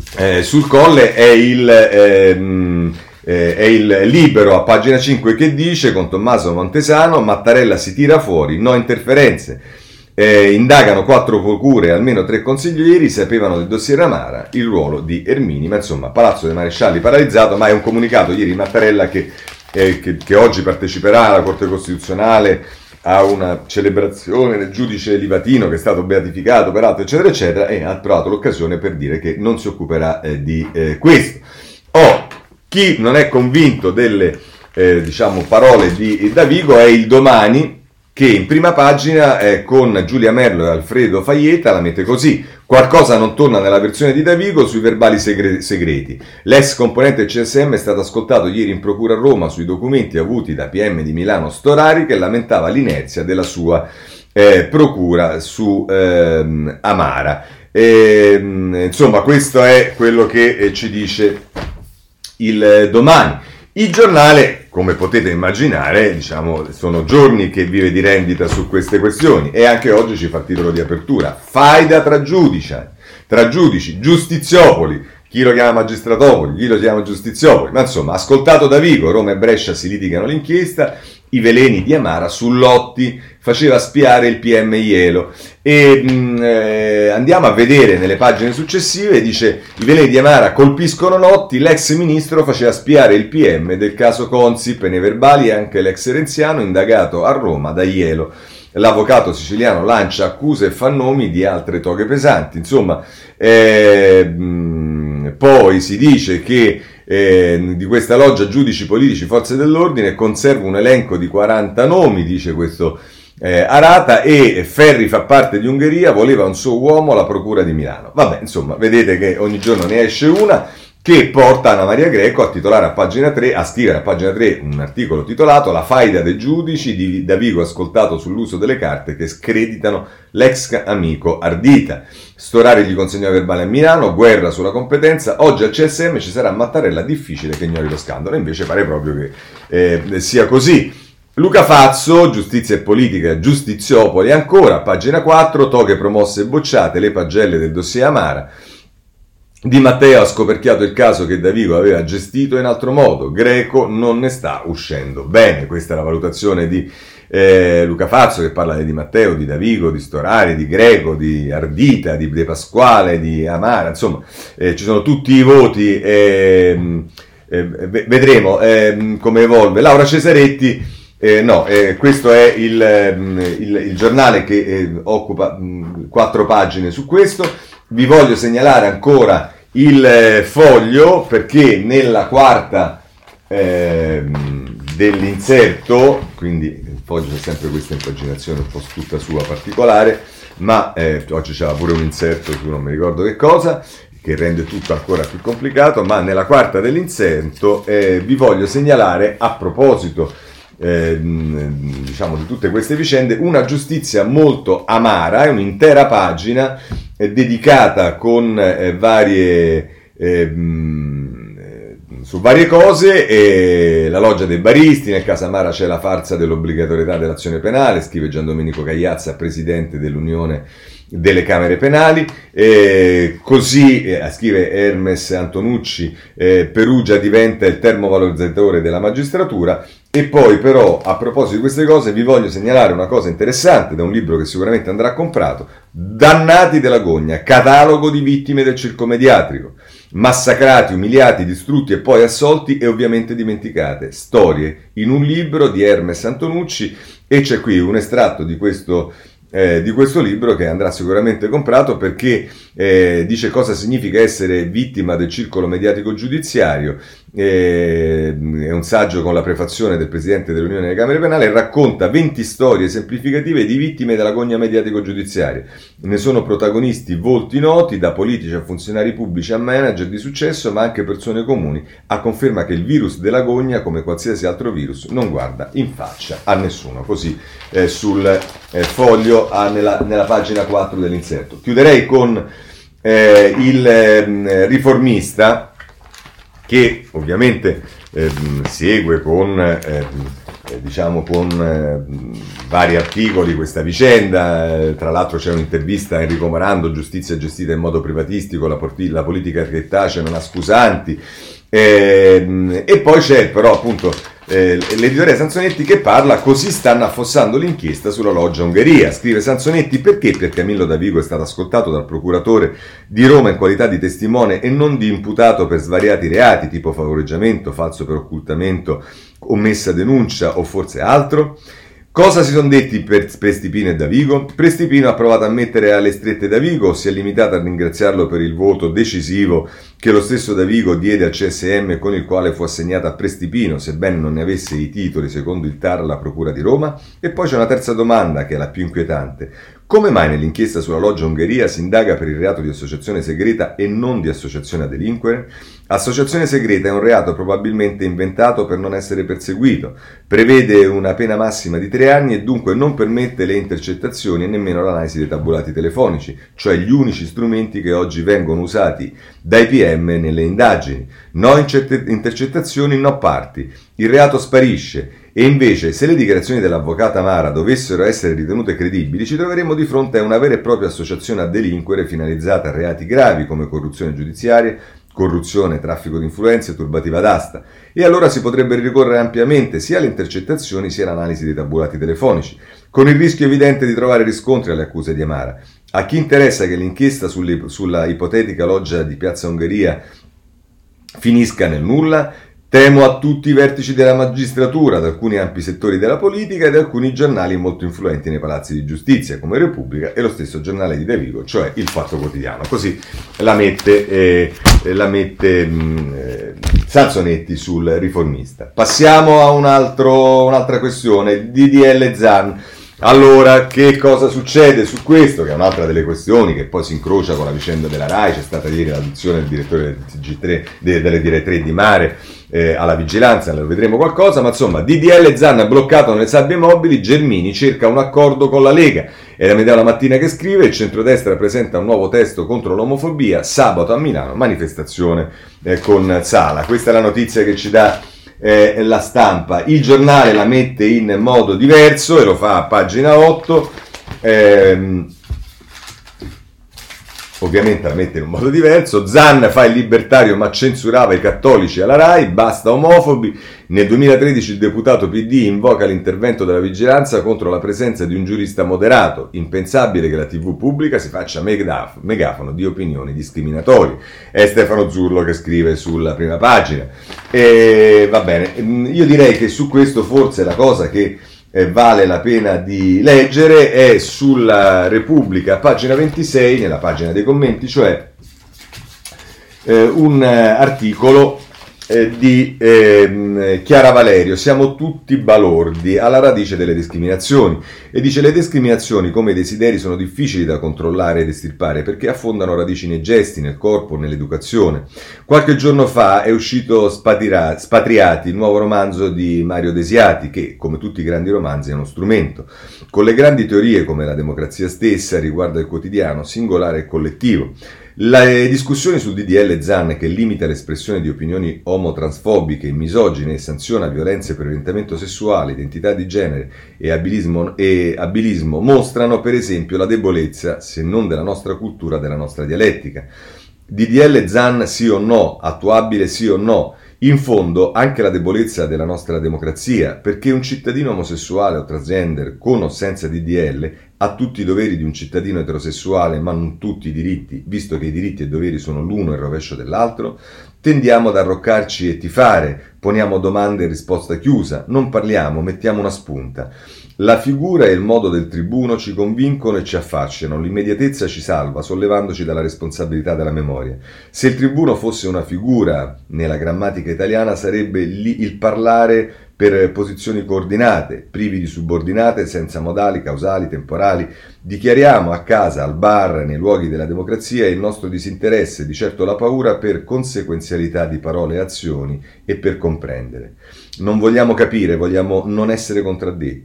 eh, sul Colle è il... Ehm, Eh, è il Libero a pagina cinque che dice, con Tommaso Montesano, Mattarella si tira fuori, no interferenze, eh, indagano quattro procure e almeno tre consiglieri, sapevano del dossier Amara, il ruolo di Ermini, ma insomma Palazzo dei Marescialli paralizzato, ma è un comunicato ieri di Mattarella che, eh, che, che oggi parteciperà alla Corte Costituzionale a una celebrazione del giudice Livatino che è stato beatificato peraltro eccetera eccetera, e ha trovato l'occasione per dire che non si occuperà eh, di eh, questo. Oh, chi non è convinto delle eh, diciamo parole di Davigo è il Domani, che in prima pagina eh, con Giulia Merlo e Alfredo Faietta la mette così: qualcosa non torna nella versione di Davigo sui verbali segre- segreti. L'ex componente del C S M è stato ascoltato ieri in procura a Roma sui documenti avuti da P M di Milano Storari, che lamentava l'inerzia della sua eh, procura su ehm, Amara. E, insomma, questo è quello che eh, ci dice il Domani. Il Giornale, come potete immaginare, diciamo, sono giorni che vive di rendita su queste questioni, e anche oggi ci fa titolo di apertura: faida tra giudici, tra giudici, giustiziopoli, chi lo chiama magistratopoli, chi lo chiama giustiziopoli, ma insomma, ascoltato Davigo, Roma e Brescia si litigano l'inchiesta, i veleni di Amara su Lotti, faceva spiare il P M Ielo. E mh, eh, andiamo a vedere nelle pagine successive, dice: i veleni di Amara colpiscono Lotti, l'ex ministro faceva spiare il P M del caso Consip, nei verbali anche l'ex renziano indagato a Roma da Ielo. L'avvocato siciliano lancia accuse e fa nomi di altre toghe pesanti. Insomma, eh, mh, poi si dice che Eh, di questa loggia giudici politici forze dell'ordine conserva un elenco di quaranta nomi, dice questo eh, Arata, e Ferri fa parte di Ungheria, voleva un suo uomo alla procura di Milano. Vabbè, insomma, vedete che ogni giorno ne esce una, che porta Anna Maria Greco a titolare a pagina tre, a scrivere a pagina tre un articolo titolato La faida dei giudici, di Davigo ascoltato sull'uso delle carte che screditano l'ex amico Ardita. Storari gli consegnò verbale a Milano, guerra sulla competenza, oggi al C S M ci sarà Mattarella, difficile che ignori lo scandalo. Invece pare proprio che eh, sia così. Luca Fazzo, giustizia e politica, giustiziopoli ancora, pagina quattro, toghe promosse e bocciate, le pagelle del dossier Amara. Di Matteo ha scoperchiato il caso che Davigo aveva gestito in altro modo, Greco non ne sta uscendo bene. Questa è la valutazione di eh, Luca Fazzo, che parla di Di Matteo, di Davigo, di Storari, di Greco, di Ardita, di De Pasquale, di Amara. Insomma, eh, ci sono tutti i voti, eh, eh, vedremo eh, come evolve. Laura Cesaretti, eh, no, eh, questo è il, il, il giornale che eh, occupa mh, quattro pagine su questo. Vi voglio segnalare ancora il eh, Foglio, perché nella quarta eh, dell'inserto, quindi il Foglio c'è sempre questa impaginazione un po' tutta sua particolare, ma eh, oggi c'era pure un inserto su non mi ricordo che cosa, che rende tutto ancora più complicato, ma nella quarta dell'inserto eh, vi voglio segnalare, a proposito Eh, diciamo di tutte queste vicende, una giustizia molto amara, è un'intera pagina eh, dedicata con eh, varie eh, mh, su varie cose. eh, la loggia dei baristi, nel caso Amara c'è la farsa dell'obbligatorietà dell'azione penale, scrive Gian Domenico Cagliazza, presidente dell'Unione delle Camere Penali. Eh, così eh, scrive Hermes Antonucci, eh, Perugia diventa il termovalorizzatore della magistratura. E poi però, a proposito di queste cose, vi voglio segnalare una cosa interessante da un libro che sicuramente andrà comprato: Dannati della Gogna, catalogo di vittime del circo mediatico, massacrati, umiliati, distrutti e poi assolti e ovviamente dimenticate, storie in un libro di Hermes Antonucci. E c'è qui un estratto di questo Eh, di questo libro che andrà sicuramente comprato, perché eh, dice cosa significa essere vittima del circolo mediatico giudiziario. Eh, è un saggio con la prefazione del presidente dell'Unione delle Camere Penali e racconta venti storie esemplificative di vittime della gogna mediatico giudiziaria. Ne sono protagonisti volti noti, da politici a funzionari pubblici a manager di successo, ma anche persone comuni, a conferma che il virus della gogna, come qualsiasi altro virus, non guarda in faccia a nessuno. Così eh, sul eh, Foglio Ah, nella, nella pagina quattro dell'inserto. Chiuderei con eh, il eh, Riformista, che ovviamente eh, segue con eh, eh, diciamo con eh, vari articoli questa vicenda, eh, tra l'altro c'è un'intervista a Enrico Morando, giustizia gestita in modo privatistico, la, porti- la politica che tace non ha scusanti, eh, e poi c'è però appunto Eh, l'editore Sansonetti che parla: così stanno affossando l'inchiesta sulla loggia Ungheria. Scrive Sansonetti: perché per Camillo Davigo è stato ascoltato dal procuratore di Roma in qualità di testimone e non di imputato per svariati reati tipo favoreggiamento, falso per occultamento, omessa denuncia o forse altro? Cosa si sono detti per Prestipino e Davigo? Prestipino ha provato a mettere alle strette Davigo, si è limitato a ringraziarlo per il voto decisivo che lo stesso Davigo diede al C S M, con il quale fu assegnata a Prestipino, sebbene non ne avesse i titoli secondo il T A R alla Procura di Roma. E poi c'è una terza domanda, che è la più inquietante: come mai nell'inchiesta sulla loggia Ungheria si indaga per il reato di associazione segreta e non di associazione a delinquere? Associazione segreta è un reato probabilmente inventato per non essere perseguito, prevede una pena massima di tre anni e dunque non permette le intercettazioni e nemmeno l'analisi dei tabulati telefonici, cioè gli unici strumenti che oggi vengono usati dai P M nelle indagini. No intercettazioni, no parti. Il reato sparisce. E invece, se le dichiarazioni dell'avvocata Mara dovessero essere ritenute credibili, ci troveremmo di fronte a una vera e propria associazione a delinquere finalizzata a reati gravi come corruzione giudiziaria, corruzione, traffico di influenze, turbativa d'asta. E allora si potrebbe ricorrere ampiamente sia alle intercettazioni sia all'analisi dei tabulati telefonici, con il rischio evidente di trovare riscontri alle accuse di Amara. A chi interessa che l'inchiesta sulle, sulla ipotetica loggia di Piazza Ungheria finisca nel nulla? Temo a tutti i vertici della magistratura, ad alcuni ampi settori della politica ed alcuni giornali molto influenti nei palazzi di giustizia, come Repubblica e lo stesso giornale di Davigo, cioè il Fatto Quotidiano. Così la mette, eh, la mette mh, eh, Sansonetti sul Riformista. Passiamo a un altro, un'altra questione, D D L Zan. Allora, che cosa succede su questo? Che è un'altra delle questioni che poi si incrocia con la vicenda della RAI. C'è stata ieri l'audizione del direttore del T G tre, de, delle direttrici di Mare eh, alla vigilanza, ne vedremo qualcosa, ma insomma, D D L Zan bloccato nelle sabbie mobili, Gelmini cerca un accordo con la Lega. È la Medea La Mattina che scrive: il centrodestra presenta un nuovo testo contro l'omofobia, sabato a Milano, manifestazione eh, con Sala. Questa è la notizia che ci dà Eh, la Stampa. Il Giornale la mette in modo diverso e lo fa a pagina otto, ehm, ovviamente la mette in un modo diverso. Zan fa il libertario ma censurava i cattolici alla RAI, basta omofobi. Nel duemilatredici il deputato P D invoca l'intervento della vigilanza contro la presenza di un giurista moderato. Impensabile che la tivù pubblica si faccia megaf- megafono di opinioni discriminatori. È Stefano Zurlo che scrive sulla prima pagina. E va bene, io direi che su questo forse la cosa che eh, vale la pena di leggere è sulla Repubblica, pagina ventisei, nella pagina dei commenti, cioè eh, un eh, articolo eh, di eh, Chiara Valerio: siamo tutti balordi, alla radice delle discriminazioni. E dice: le discriminazioni come i desideri sono difficili da controllare ed estirpare perché affondano radici nei gesti, nel corpo, nell'educazione. Qualche giorno fa è uscito Spatira- Spatriati, il nuovo romanzo di Mario Desiati, che come tutti i grandi romanzi è uno strumento, con le grandi teorie come la democrazia stessa, riguarda il quotidiano, singolare e collettivo. Le discussioni sul D D L Zan, che limita l'espressione di opinioni omotransfobiche e misogine e sanziona violenze per orientamento sessuale, identità di genere e abilismo, e abilismo, mostrano per esempio la debolezza, se non della nostra cultura, della nostra dialettica. D D L Zan sì o no? Attuabile sì o no? In fondo anche la debolezza della nostra democrazia, perché un cittadino omosessuale o transgender con o senza D D L ha tutti i doveri di un cittadino eterosessuale, ma non tutti i diritti, visto che i diritti e i doveri sono l'uno e il rovescio dell'altro. Tendiamo ad arroccarci e tifare, poniamo domande e risposta chiusa, non parliamo, mettiamo una spunta. La figura e il modo del tribuno ci convincono e ci affascinano, l'immediatezza ci salva, sollevandoci dalla responsabilità della memoria. Se il tribuno fosse una figura nella grammatica italiana, sarebbe lì il parlare per posizioni coordinate, privi di subordinate, senza modali, causali, temporali. Dichiariamo a casa, al bar, nei luoghi della democrazia il nostro disinteresse, di certo la paura, per conseguenzialità di parole e azioni e per comprendere. Non vogliamo capire, vogliamo non essere contraddetti.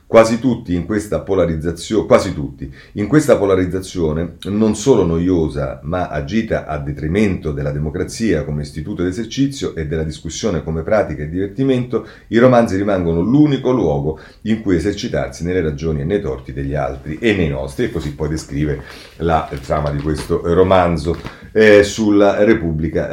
Quasi tutti in questa polarizzazione, quasi tutti, in questa polarizzazione non solo noiosa, ma agita a detrimento della democrazia come istituto d'esercizio e della discussione come pratica e divertimento, i romanzi rimangono l'unico luogo in cui esercitarsi nelle ragioni e nei torti degli altri e nei nostri, e così poi descrive la trama di questo romanzo eh, sulla Repubblica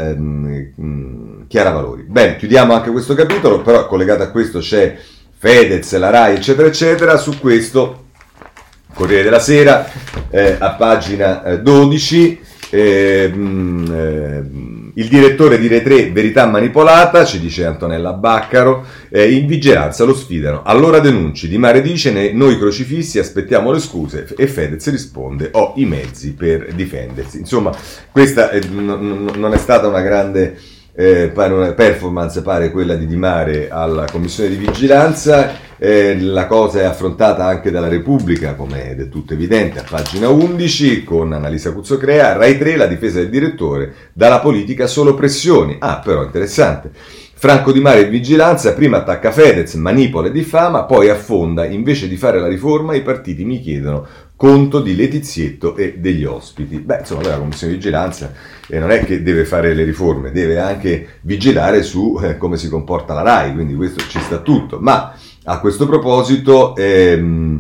ehm, Chiara Valori. Bene, chiudiamo anche questo capitolo, però collegato a questo c'è Fedez, la Rai, eccetera, eccetera. Su questo, Corriere della Sera, eh, a pagina eh, dodici, eh, mh, eh, il direttore di Rai tre, verità manipolata, ci dice Antonella Baccaro, eh, in vigilanza lo sfidano. Allora denunci, Di Mare dice, noi crocifissi aspettiamo le scuse, e Fedez risponde, ho i mezzi per difendersi. Insomma, questa eh, n- n- non è stata una grande... Eh, pare performance, pare quella di Di Mare alla commissione di vigilanza. Eh, la cosa è affrontata anche dalla Repubblica, come è del tutto evidente, a pagina undici, con Annalisa Cuzzocrea. Rai tre, la difesa del direttore, dalla politica solo pressioni. Ah, però interessante. Franco Di Mare in vigilanza, prima attacca Fedez, manipola e diffama, poi affonda, invece di fare la riforma i partiti mi chiedono conto di Letizietto e degli ospiti. Beh, insomma, la commissione di vigilanza eh, non è che deve fare le riforme, deve anche vigilare su eh, come si comporta la Rai, quindi questo ci sta tutto. Ma a questo proposito ehm,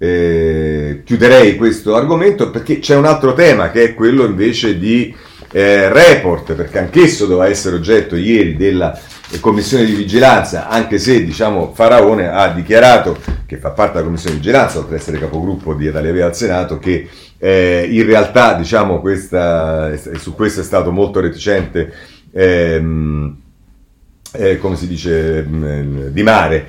eh, chiuderei questo argomento perché c'è un altro tema che è quello invece di eh, Report, perché anch'esso doveva essere oggetto ieri della commissione di vigilanza, anche se diciamo Faraone ha dichiarato, che fa parte della commissione di vigilanza oltre ad essere capogruppo di Italia Viva al Senato, che eh, in realtà diciamo questa, su questo è stato molto reticente ehm, eh, come si dice mh, Di Mare,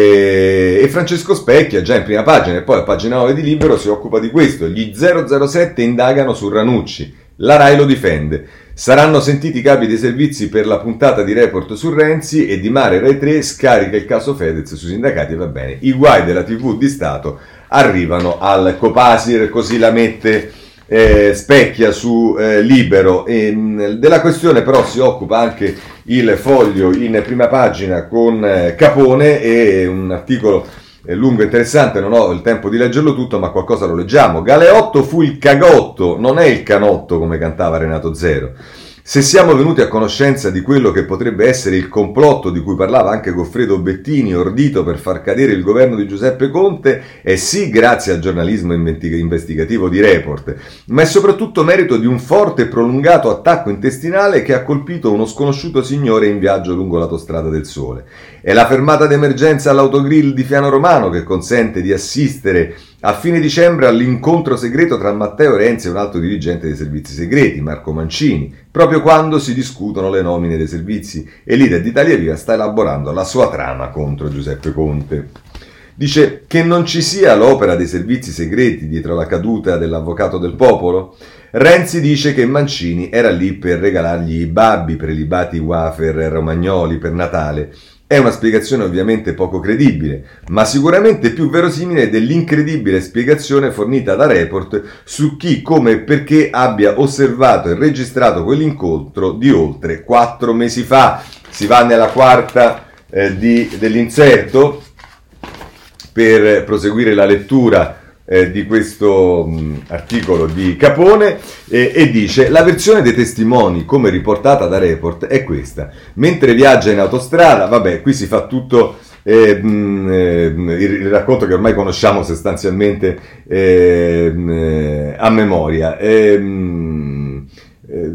e, e Francesco Specchia già in prima pagina e poi a pagina nove di Libero si occupa di questo. Gli zero zero sette indagano su Ranucci, la Rai lo difende. Saranno sentiti i capi dei servizi per la puntata di Report su Renzi e Di Mare Rai tre scarica il caso Fedez sui sindacati e va bene. I guai della tivù di Stato arrivano al Copasir, così la mette eh, Specchia su eh, Libero. E, mh, della questione però si occupa anche il Foglio in prima pagina con eh, Capone e un articolo è lungo e interessante, non ho il tempo di leggerlo tutto, ma qualcosa lo leggiamo. Galeotto fu il cagotto, non è il canotto come cantava Renato Zero. Se siamo venuti a conoscenza di quello che potrebbe essere il complotto di cui parlava anche Goffredo Bettini, ordito per far cadere il governo di Giuseppe Conte, è sì grazie al giornalismo investigativo di Report, ma è soprattutto merito di un forte e prolungato attacco intestinale che ha colpito uno sconosciuto signore in viaggio lungo l'autostrada del Sole. È la fermata d'emergenza all'autogrill di Fiano Romano che consente di assistere a fine dicembre all'incontro segreto tra Matteo Renzi e un alto dirigente dei servizi segreti, Marco Mancini, proprio quando si discutono le nomine dei servizi e l'I D E di Italia Viva sta elaborando la sua trama contro Giuseppe Conte. Dice che non ci sia l'opera dei servizi segreti dietro la caduta dell'avvocato del popolo? Renzi dice che Mancini era lì per regalargli i babbi prelibati wafer romagnoli per Natale. È una spiegazione ovviamente poco credibile, ma sicuramente più verosimile dell'incredibile spiegazione fornita da Report su chi, come e perché abbia osservato e registrato quell'incontro di oltre quattro mesi fa. Si va nella quarta eh, di, dell'inserto per proseguire la lettura Eh, di questo mh, articolo di Capone eh, e dice: la versione dei testimoni come riportata da Report è questa: mentre viaggia in autostrada, vabbè, qui si fa tutto eh, mh, eh, il, il racconto che ormai conosciamo sostanzialmente eh, mh, a memoria eh, mh, eh,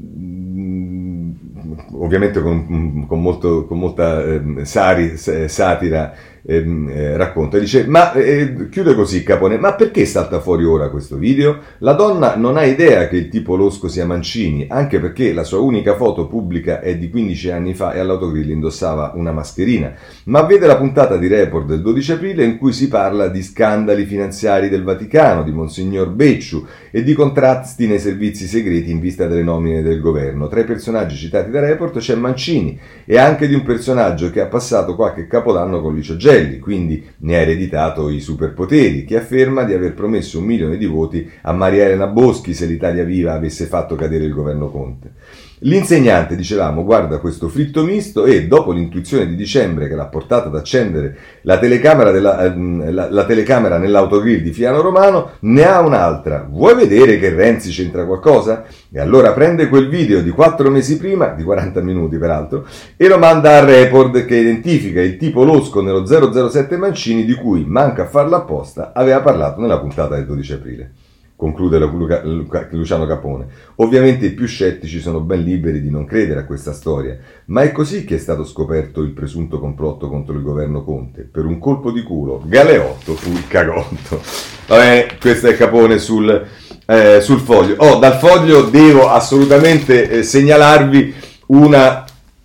ovviamente con, con, molto, con molta eh, sari, satira Ehm, eh, racconta, dice, ma eh, chiude così Capone, ma perché salta fuori ora questo video? La donna non ha idea che il tipo losco sia Mancini, anche perché la sua unica foto pubblica è di quindici anni fa e all'autogrill indossava una mascherina, ma vede la puntata di Report del dodici aprile in cui si parla di scandali finanziari del Vaticano, di Monsignor Becciu e di contrasti nei servizi segreti in vista delle nomine del governo. Tra i personaggi citati da Report c'è Mancini e anche di un personaggio che ha passato qualche capodanno con Licio Gelli, quindi ne ha ereditato i superpoteri, che afferma di aver promesso un milione di voti a Maria Elena Boschi se l'Italia Viva avesse fatto cadere il governo Conte. L'insegnante, dicevamo, guarda questo fritto misto e dopo l'intuizione di dicembre che l'ha portata ad accendere la telecamera, della, la, la telecamera nell'autogrill di Fiano Romano, ne ha un'altra. Vuoi vedere che Renzi c'entra qualcosa? E allora prende quel video di quattro mesi prima, di quaranta minuti peraltro, e lo manda a Report, che identifica il tipo losco nello zero zero sette Mancini di cui, manca a farla apposta, aveva parlato nella puntata del dodici aprile. Conclude Luciano Capone. Ovviamente i più scettici sono ben liberi di non credere a questa storia, ma è così che è stato scoperto il presunto complotto contro il governo Conte. Per un colpo di culo, Galeotto fu il cagotto. Vabbè, questo è Capone sul, eh, sul Foglio. Oh, dal Foglio devo assolutamente eh, segnalarvi un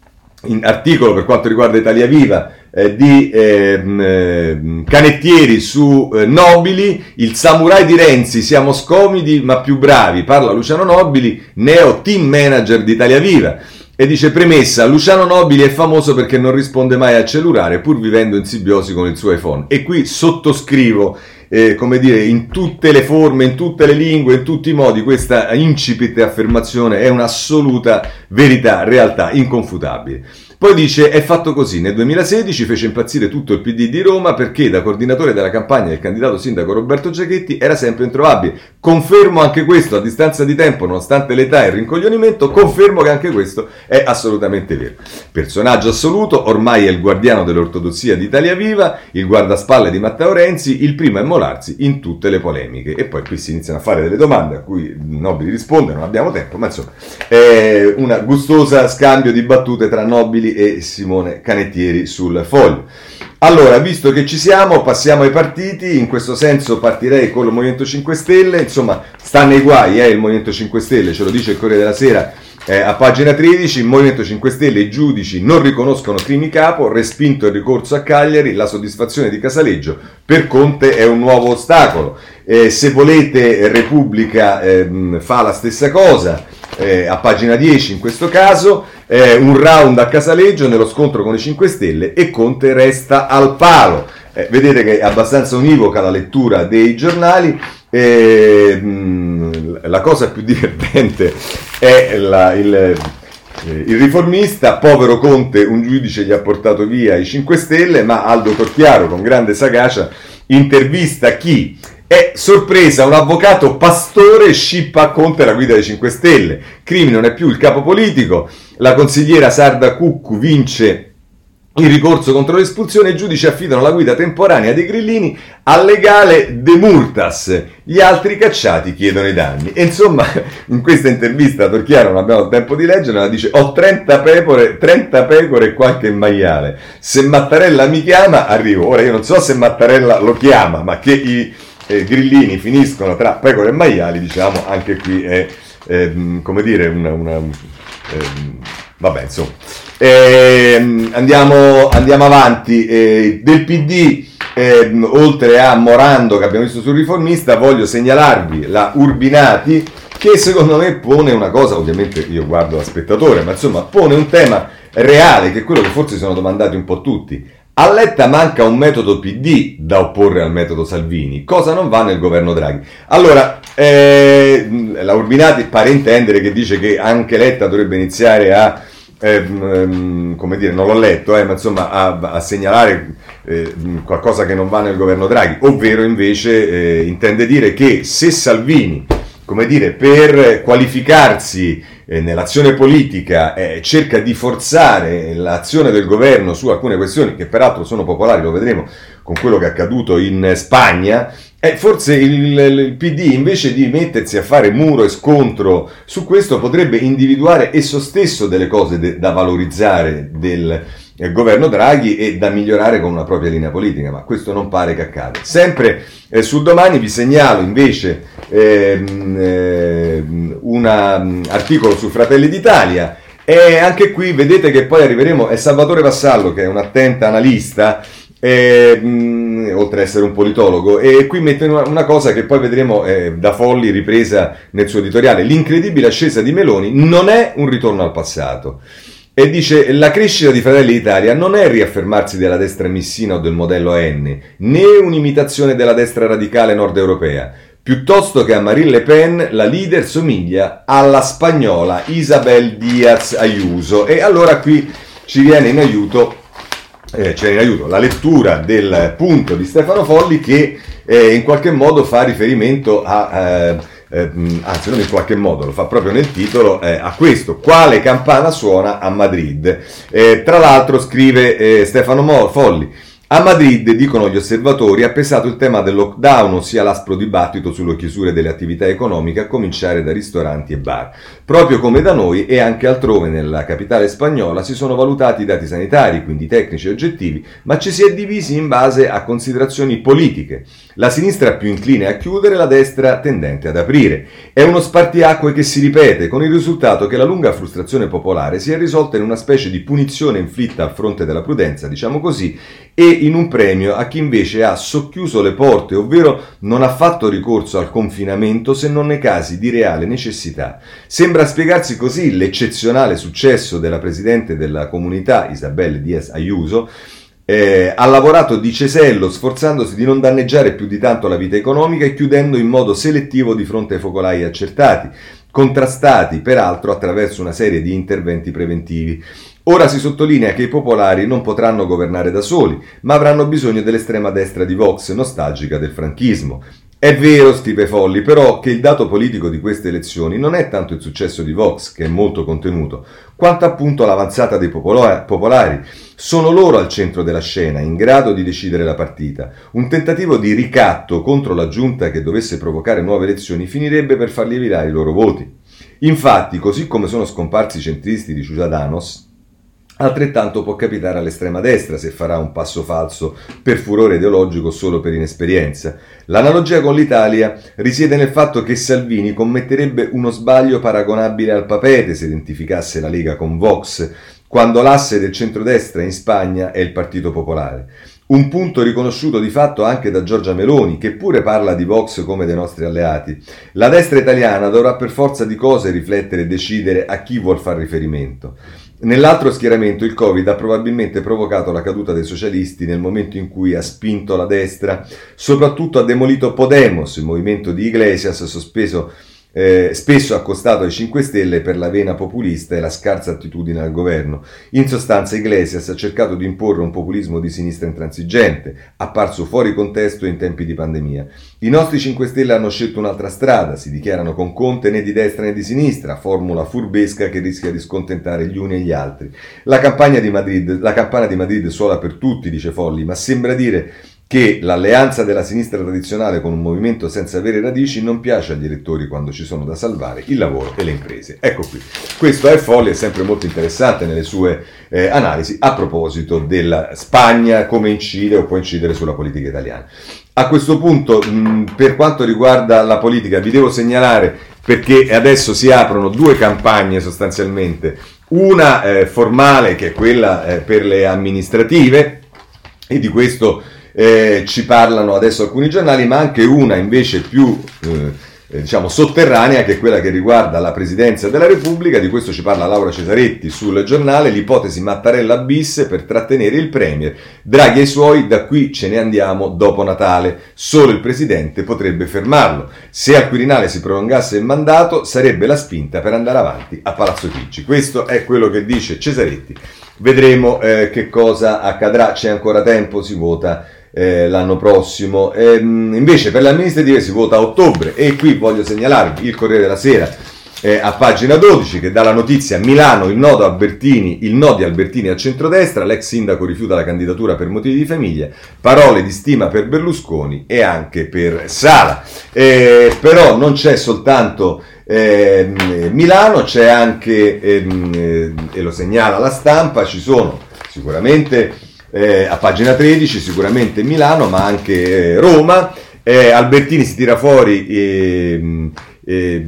articolo per quanto riguarda Italia Viva, Eh, di eh, eh, Canettieri su eh, Nobili, il samurai di Renzi, siamo scomodi ma più bravi, parla Luciano Nobili, neo team manager di Italia Viva, e dice: premessa, Luciano Nobili è famoso perché non risponde mai al cellulare pur vivendo in simbiosi con il suo iPhone, e qui sottoscrivo eh, come dire, in tutte le forme, in tutte le lingue, in tutti i modi, questa incipit affermazione è un'assoluta verità, realtà inconfutabile. Poi dice: è fatto così, nel duemilasedici fece impazzire tutto il P D di Roma perché da coordinatore della campagna del candidato sindaco Roberto Giachetti era sempre introvabile. Confermo anche questo, a distanza di tempo, nonostante l'età e il rincoglionimento, confermo che anche questo è assolutamente vero. Personaggio assoluto, ormai è il guardiano dell'ortodossia di Italia Viva, il guardaspalle di Matteo Renzi, il primo a immolarsi in tutte le polemiche. E poi qui si iniziano a fare delle domande a cui Nobili risponde, non abbiamo tempo, ma insomma è una gustosa scambio di battute tra Nobili e Simone Canettieri sul Foglio. Allora, visto che ci siamo, passiamo ai partiti. In questo senso partirei con il Movimento cinque Stelle. Insomma, sta nei guai eh, il Movimento cinque Stelle, ce lo dice il Corriere della Sera eh, a pagina tredici. Il Movimento cinque Stelle, i giudici non riconoscono Crimi capo, respinto il ricorso a Cagliari, la soddisfazione di Casaleggio, per Conte è un nuovo ostacolo. Eh, se volete, Repubblica eh, fa la stessa cosa, eh, a pagina dieci in questo caso. Eh, un round a Casaleggio nello scontro con i cinque Stelle e Conte resta al palo. Eh, vedete che è abbastanza univoca la lettura dei giornali. Eh, mh, la cosa più divertente è la, il, eh, il Riformista: povero Conte, un giudice gli ha portato via i cinque Stelle, ma Aldo Torchiaro con grande sagacia intervista chi? È sorpresa, un avvocato pastore scippa a Conte la guida dei cinque Stelle. Crimi non è più il capo politico, la consigliera Sarda Cuccu vince il ricorso contro l'espulsione, i giudici affidano la guida temporanea dei grillini al legale De Murtas, gli altri cacciati chiedono i danni. E insomma, in questa intervista Torchiaro, non abbiamo tempo di leggerla, dice: ho trenta pecore, trenta pecore e qualche maiale, se Mattarella mi chiama arrivo. Ora io non so se Mattarella lo chiama, ma che i Eh, grillini finiscono tra pecore e maiali, diciamo, anche qui è eh, come dire una, una eh, vabbè, insomma, eh, andiamo, andiamo avanti. Eh, del P D, eh, oltre a Morando che abbiamo visto sul Riformista, voglio segnalarvi la Urbinati, che secondo me pone una cosa, ovviamente io guardo da spettatore, ma insomma pone un tema reale, che è quello che forse si sono domandati un po' tutti. A Letta manca un metodo P D da opporre al metodo Salvini. Cosa non va nel governo Draghi? Allora, eh, la Urbinati pare intendere che dice che anche Letta dovrebbe iniziare a, eh, come dire, non l'ho letto, eh, ma insomma a, a segnalare eh, qualcosa che non va nel governo Draghi, ovvero invece eh, intende dire che se Salvini, come dire, per qualificarsi eh, nell'azione politica eh, cerca di forzare l'azione del governo su alcune questioni che peraltro sono popolari, lo vedremo con quello che è accaduto in Spagna, eh, forse il, il P D, invece di mettersi a fare muro e scontro su questo, potrebbe individuare esso stesso delle cose de- da valorizzare del il governo Draghi e da migliorare con una propria linea politica, ma questo non pare che accada. Sempre eh, sul Domani vi segnalo invece ehm, ehm, un articolo su Fratelli d'Italia, e anche qui vedete che poi arriveremo, è Salvatore Vassallo che è un attento analista, ehm, oltre ad essere un politologo, e qui mette una, una cosa che poi vedremo eh, da Folli ripresa nel suo editoriale: l'incredibile ascesa di Meloni non è un ritorno al passato. E dice: la crescita di Fratelli d'Italia non è il riaffermarsi della destra missina o del modello A N, né un'imitazione della destra radicale nord europea. Piuttosto che a Marine Le Pen, la leader somiglia alla spagnola Isabel Díaz Ayuso. E allora qui ci viene in aiuto, eh, ci viene in aiuto la lettura del punto di Stefano Folli che eh, in qualche modo fa riferimento a... Eh, Eh, anzi non in qualche modo, lo fa proprio nel titolo, eh, a questo: quale campana suona a Madrid. Eh, tra l'altro scrive eh, Stefano Mo- Folli: a Madrid, dicono gli osservatori, ha pesato il tema del lockdown, ossia l'aspro dibattito sulle chiusure delle attività economiche, a cominciare da ristoranti e bar. Proprio come da noi e anche altrove nella capitale spagnola si sono valutati i dati sanitari, quindi tecnici e oggettivi, ma ci si è divisi in base a considerazioni politiche. La sinistra più incline a chiudere, la destra tendente ad aprire. È uno spartiacque che si ripete, con il risultato che la lunga frustrazione popolare si è risolta in una specie di punizione inflitta a fronte della prudenza, diciamo così, e in un premio a chi invece ha socchiuso le porte, ovvero non ha fatto ricorso al confinamento se non nei casi di reale necessità. Sembra spiegarsi così l'eccezionale successo della presidente della comunità, Isabel Díaz Ayuso. Eh, ha lavorato di cesello, sforzandosi di non danneggiare più di tanto la vita economica e chiudendo in modo selettivo di fronte ai focolai accertati, contrastati peraltro attraverso una serie di interventi preventivi. Ora si sottolinea che i popolari non potranno governare da soli, ma avranno bisogno dell'estrema destra di Vox, nostalgica del franchismo. È vero, scrive Folli, però che il dato politico di queste elezioni non è tanto il successo di Vox, che è molto contenuto, quanto appunto l'avanzata dei popolari. Sono loro al centro della scena, in grado di decidere la partita. Un tentativo di ricatto contro la giunta che dovesse provocare nuove elezioni finirebbe per far lievitare i loro voti. Infatti, così come sono scomparsi i centristi di Ciudadanos, altrettanto può capitare all'estrema destra se farà un passo falso per furore ideologico o solo per inesperienza. L'analogia con l'Italia risiede nel fatto che Salvini commetterebbe uno sbaglio paragonabile al Papete se identificasse la Lega con Vox, quando l'asse del centrodestra in Spagna è il Partito Popolare. Un punto riconosciuto di fatto anche da Giorgia Meloni, che pure parla di Vox come dei nostri alleati. La destra italiana dovrà per forza di cose riflettere e decidere a chi vuol far riferimento. Nell'altro schieramento il Covid ha probabilmente provocato la caduta dei socialisti nel momento in cui ha spinto la destra, soprattutto ha demolito Podemos, il movimento di Iglesias sospeso Eh, spesso accostato ai cinque Stelle per la vena populista e la scarsa attitudine al governo. In sostanza Iglesias ha cercato di imporre un populismo di sinistra intransigente, apparso fuori contesto in tempi di pandemia. I nostri cinque Stelle hanno scelto un'altra strada, si dichiarano con Conte né di destra né di sinistra, formula furbesca che rischia di scontentare gli uni e gli altri. La campagna di Madrid, la campana di Madrid suona per tutti, dice Folli, ma sembra dire che l'alleanza della sinistra tradizionale con un movimento senza vere radici non piace agli elettori quando ci sono da salvare il lavoro e le imprese. Ecco qui. Questo è Folli, è sempre molto interessante nelle sue eh, analisi a proposito della Spagna, come incide o può incidere sulla politica italiana. A questo punto, mh, per quanto riguarda la politica, vi devo segnalare, perché adesso si aprono due campagne sostanzialmente, una eh, formale che è quella eh, per le amministrative, e di questo Eh, ci parlano adesso alcuni giornali, ma anche una invece più eh, diciamo sotterranea, che è quella che riguarda la Presidenza della Repubblica. Di questo ci parla Laura Cesaretti sul giornale: l'ipotesi Mattarella bis per trattenere il Premier, Draghi e i suoi, da qui ce ne andiamo dopo Natale, solo il Presidente potrebbe fermarlo, se al Quirinale si prolungasse il mandato sarebbe la spinta per andare avanti a Palazzo Chigi. Questo è quello che dice Cesaretti. Vedremo eh, che cosa accadrà, c'è ancora tempo, si vota Eh, l'anno prossimo. Eh, invece per le amministrative si vota a ottobre, e qui voglio segnalarvi il Corriere della Sera eh, a pagina dodici, che dà la notizia: Milano, il nodo Albertini, il no di Albertini al centrodestra, l'ex sindaco rifiuta la candidatura per motivi di famiglia, parole di stima per Berlusconi e anche per Sala. Eh, però non c'è soltanto eh, Milano, c'è anche eh, e lo segnala la Stampa, ci sono sicuramente Eh, a pagina tredici sicuramente Milano, ma anche eh, Roma. eh, Albertini si tira fuori eh, eh,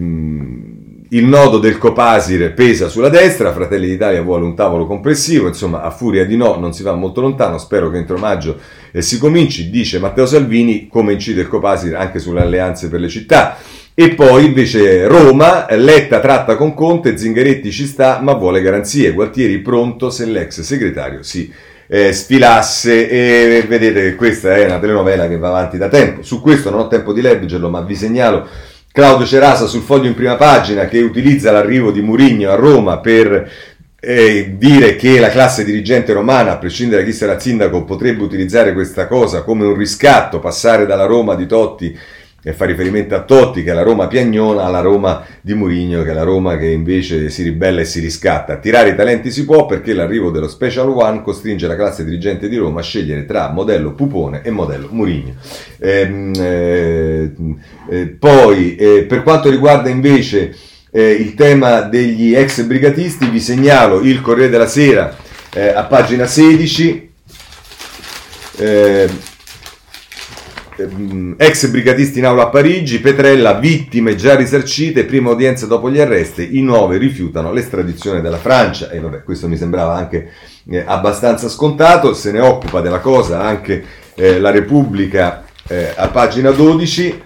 il nodo del Copasir pesa sulla destra, Fratelli d'Italia vuole un tavolo complessivo, insomma a furia di no non si va molto lontano, spero che entro maggio eh, si cominci, dice Matteo Salvini. Come incide il Copasir anche sulle alleanze per le città. E poi invece Roma, Letta tratta con Conte, Zingaretti ci sta ma vuole garanzie, Gualtieri pronto se l'ex segretario si eh, sfilasse, e vedete che questa è una telenovela che va avanti da tempo. Su questo non ho tempo di leggerlo, ma vi segnalo Claudio Cerasa sul Foglio in prima pagina, che utilizza l'arrivo di Mourinho a Roma per eh, dire che la classe dirigente romana, a prescindere da chi sarà sindaco, potrebbe utilizzare questa cosa come un riscatto, passare dalla Roma di Totti, e fa riferimento a Totti, che è la Roma piagnona, alla Roma di Mourinho, che è la Roma che invece si ribella e si riscatta. Tirare i talenti si può, perché l'arrivo dello Special One costringe la classe dirigente di Roma a scegliere tra modello Pupone e modello Mourinho. Ehm, eh, eh, poi, eh, per quanto riguarda invece eh, il tema degli ex brigatisti, vi segnalo il Corriere della Sera eh, a pagina sedici. Eh, Ex brigatisti in aula a Parigi, Petrella, vittime già risarcite, prima udienza dopo gli arresti, i nove rifiutano l'estradizione dalla Francia. E vabbè, questo mi sembrava anche eh, abbastanza scontato. Se ne occupa della cosa anche eh, la Repubblica eh, a pagina dodici.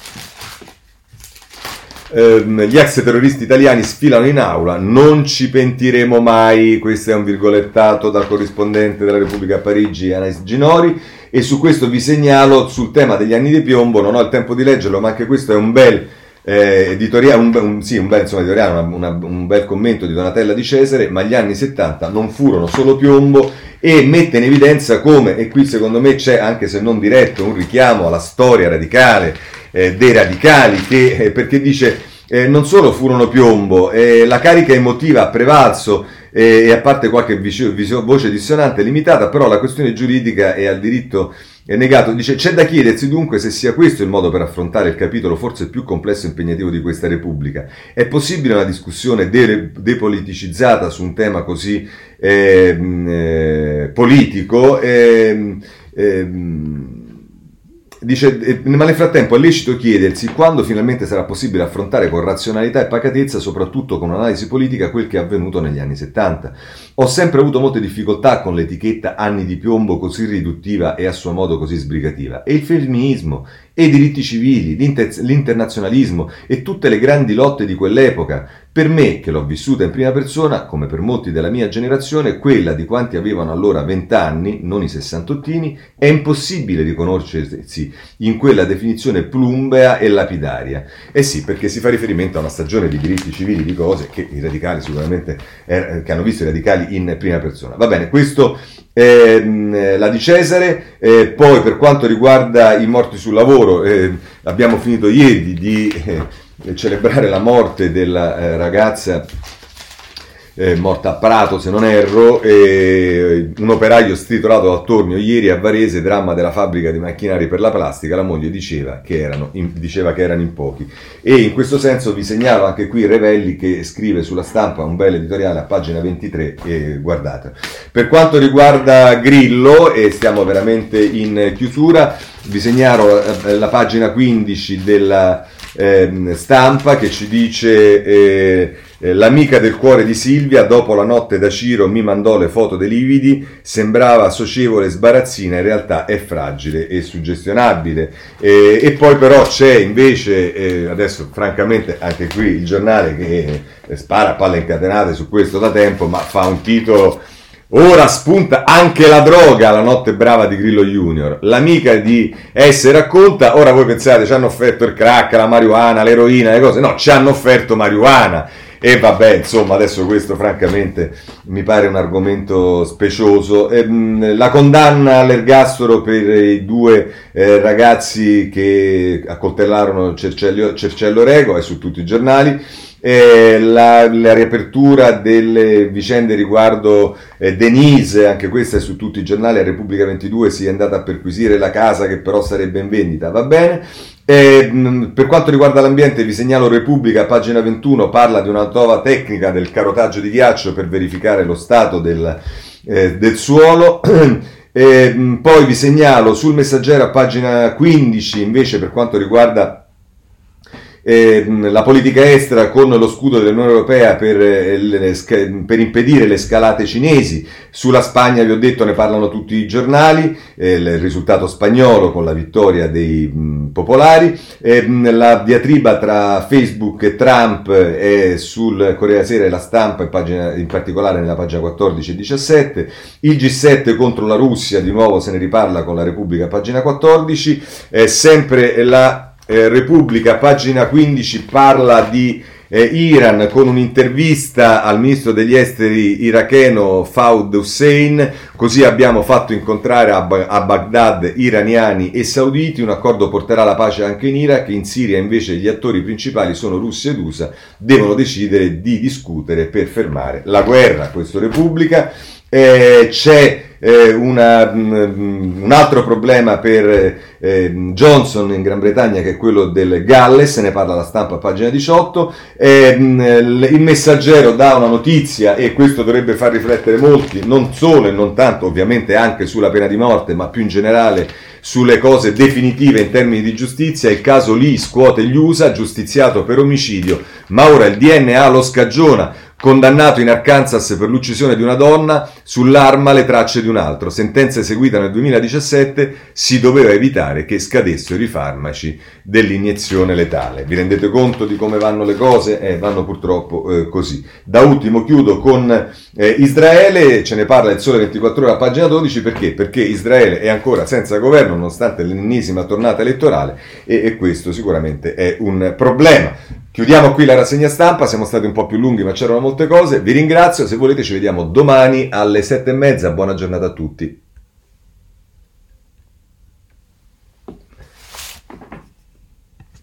Gli ex terroristi italiani sfilano in aula, non ci pentiremo mai. Questo è un virgolettato dal corrispondente della Repubblica a Parigi, Anais Ginori. E su questo vi segnalo, sul tema degli anni di piombo, non ho il tempo di leggerlo, ma anche questo è un bel eh, editoriale, un, un, sì, un bel insomma, editoriale, una, una, un bel commento di Donatella Di Cesare. Ma gli anni settanta non furono solo piombo, e mette in evidenza come, e qui secondo me c'è, anche se non diretto, un richiamo alla storia radicale eh, dei radicali, che, eh, perché dice eh, non solo furono piombo, eh, la carica emotiva ha prevalso, e a parte qualche vicio, vicio, voce dissonante limitata, però la questione giuridica e al diritto è negato. Dice: c'è da chiedersi dunque se sia questo il modo per affrontare il capitolo forse più complesso e impegnativo di questa Repubblica. È possibile una discussione de- depoliticizzata su un tema così eh, eh, politico? Eh, eh, Dice, ma nel frattempo è lecito chiedersi quando finalmente sarà possibile affrontare con razionalità e pacatezza, soprattutto con un'analisi politica, quel che è avvenuto negli anni settanta. Ho sempre avuto molte difficoltà con l'etichetta anni di piombo così riduttiva e a suo modo così sbrigativa. E il femminismo, e i diritti civili, l'inter- l'internazionalismo e tutte le grandi lotte di quell'epoca. Per me, che l'ho vissuta in prima persona, come per molti della mia generazione, quella di quanti avevano allora vent'anni, non i sessantottini, è impossibile riconoscersi in quella definizione plumbea e lapidaria. Eh sì, perché si fa riferimento a una stagione di diritti civili, di cose che i radicali sicuramente, eh, che hanno visto i radicali in prima persona. Va bene, questo è la Di Cesare. Eh, poi per quanto riguarda i morti sul lavoro, eh, abbiamo finito ieri di... Eh, celebrare la morte della eh, ragazza eh, morta a Prato, se non erro, e un operaio stritolato dal tornio ieri a Varese, dramma della fabbrica di macchinari per la plastica. La moglie diceva che erano in, diceva che erano in pochi. E in questo senso vi segnalo anche qui Revelli, che scrive sulla Stampa un bel editoriale a pagina ventitré, e guardate. Per quanto riguarda Grillo, e stiamo veramente in chiusura, vi segnalo eh, la pagina quindici della Eh, Stampa, che ci dice eh, eh, l'amica del cuore di Silvia, dopo la notte da Ciro mi mandò le foto dei lividi, sembrava socievole e sbarazzina, in realtà è fragile e suggestionabile. Eh, e poi però c'è invece, eh, adesso francamente anche qui il giornale che eh, spara a palle incatenate su questo da tempo, ma fa un titolo: ora spunta anche la droga, la notte brava di Grillo Junior. L'amica di S racconta: ora voi pensate ci hanno offerto il crack, la marijuana, l'eroina, le cose. No, ci hanno offerto marijuana. E vabbè, insomma, adesso questo francamente mi pare un argomento specioso. Ehm, la condanna all'ergastolo per i due eh, ragazzi che accoltellarono Cercello, Cercello Rego è su tutti i giornali. Eh, la, la riapertura delle vicende riguardo eh, Denise, anche questa è su tutti i giornali. A Repubblica ventidue si è andata a perquisire la casa che però sarebbe in vendita, va bene. Eh, mh, per quanto riguarda l'ambiente vi segnalo Repubblica, pagina ventuno, parla di una nuova tecnica del carotaggio di ghiaccio per verificare lo stato del, eh, del suolo. Eh, mh, poi vi segnalo sul Messaggero a pagina quindici invece, per quanto riguarda eh, la politica estera con lo scudo dell'Unione Europea per, eh, le, per impedire le scalate cinesi. Sulla Spagna, vi ho detto, ne parlano tutti i giornali, eh, il risultato spagnolo con la vittoria dei mh, popolari, eh, la diatriba tra Facebook e Trump è sul Corriere della Sera e La Stampa, in, pagina, in particolare nella pagina quattordici e diciassette, il G sette contro la Russia, di nuovo se ne riparla con la Repubblica, pagina quattordici, eh, sempre la eh, Repubblica, pagina quindici, parla di eh, Iran con un'intervista al ministro degli esteri iracheno Fawad Hussein. Così abbiamo fatto incontrare a, ba- a Baghdad iraniani e sauditi, un accordo porterà la pace anche in Iraq, in Siria invece gli attori principali sono Russia ed U S A, devono decidere di discutere per fermare la guerra. Questo Repubblica. Eh, c'è eh, una, um, un altro problema per eh, Johnson in Gran Bretagna, che è quello del Galles, se ne parla La Stampa a pagina diciotto. Eh, il Messaggero dà una notizia, e questo dovrebbe far riflettere molti, non solo e non tanto ovviamente anche sulla pena di morte, ma più in generale sulle cose definitive in termini di giustizia. Il caso Lee scuote gli U S A, giustiziato per omicidio, ma ora il D N A lo scagiona. Condannato in Arkansas per l'uccisione di una donna, sull'arma le tracce di un altro. Sentenza eseguita nel duemiladiciassette, si doveva evitare che scadessero i farmaci dell'iniezione letale. Vi rendete conto di come vanno le cose? Eh, vanno purtroppo eh, così. Da ultimo chiudo con eh, Israele, ce ne parla il Sole ventiquattro Ore a pagina dodici, perché? Perché Israele è ancora senza governo nonostante l'ennesima tornata elettorale, e, e questo sicuramente è un problema. Chiudiamo qui la rassegna stampa, siamo stati un po' più lunghi ma c'erano molte cose, vi ringrazio, se volete ci vediamo domani alle sette e mezza, buona giornata a tutti.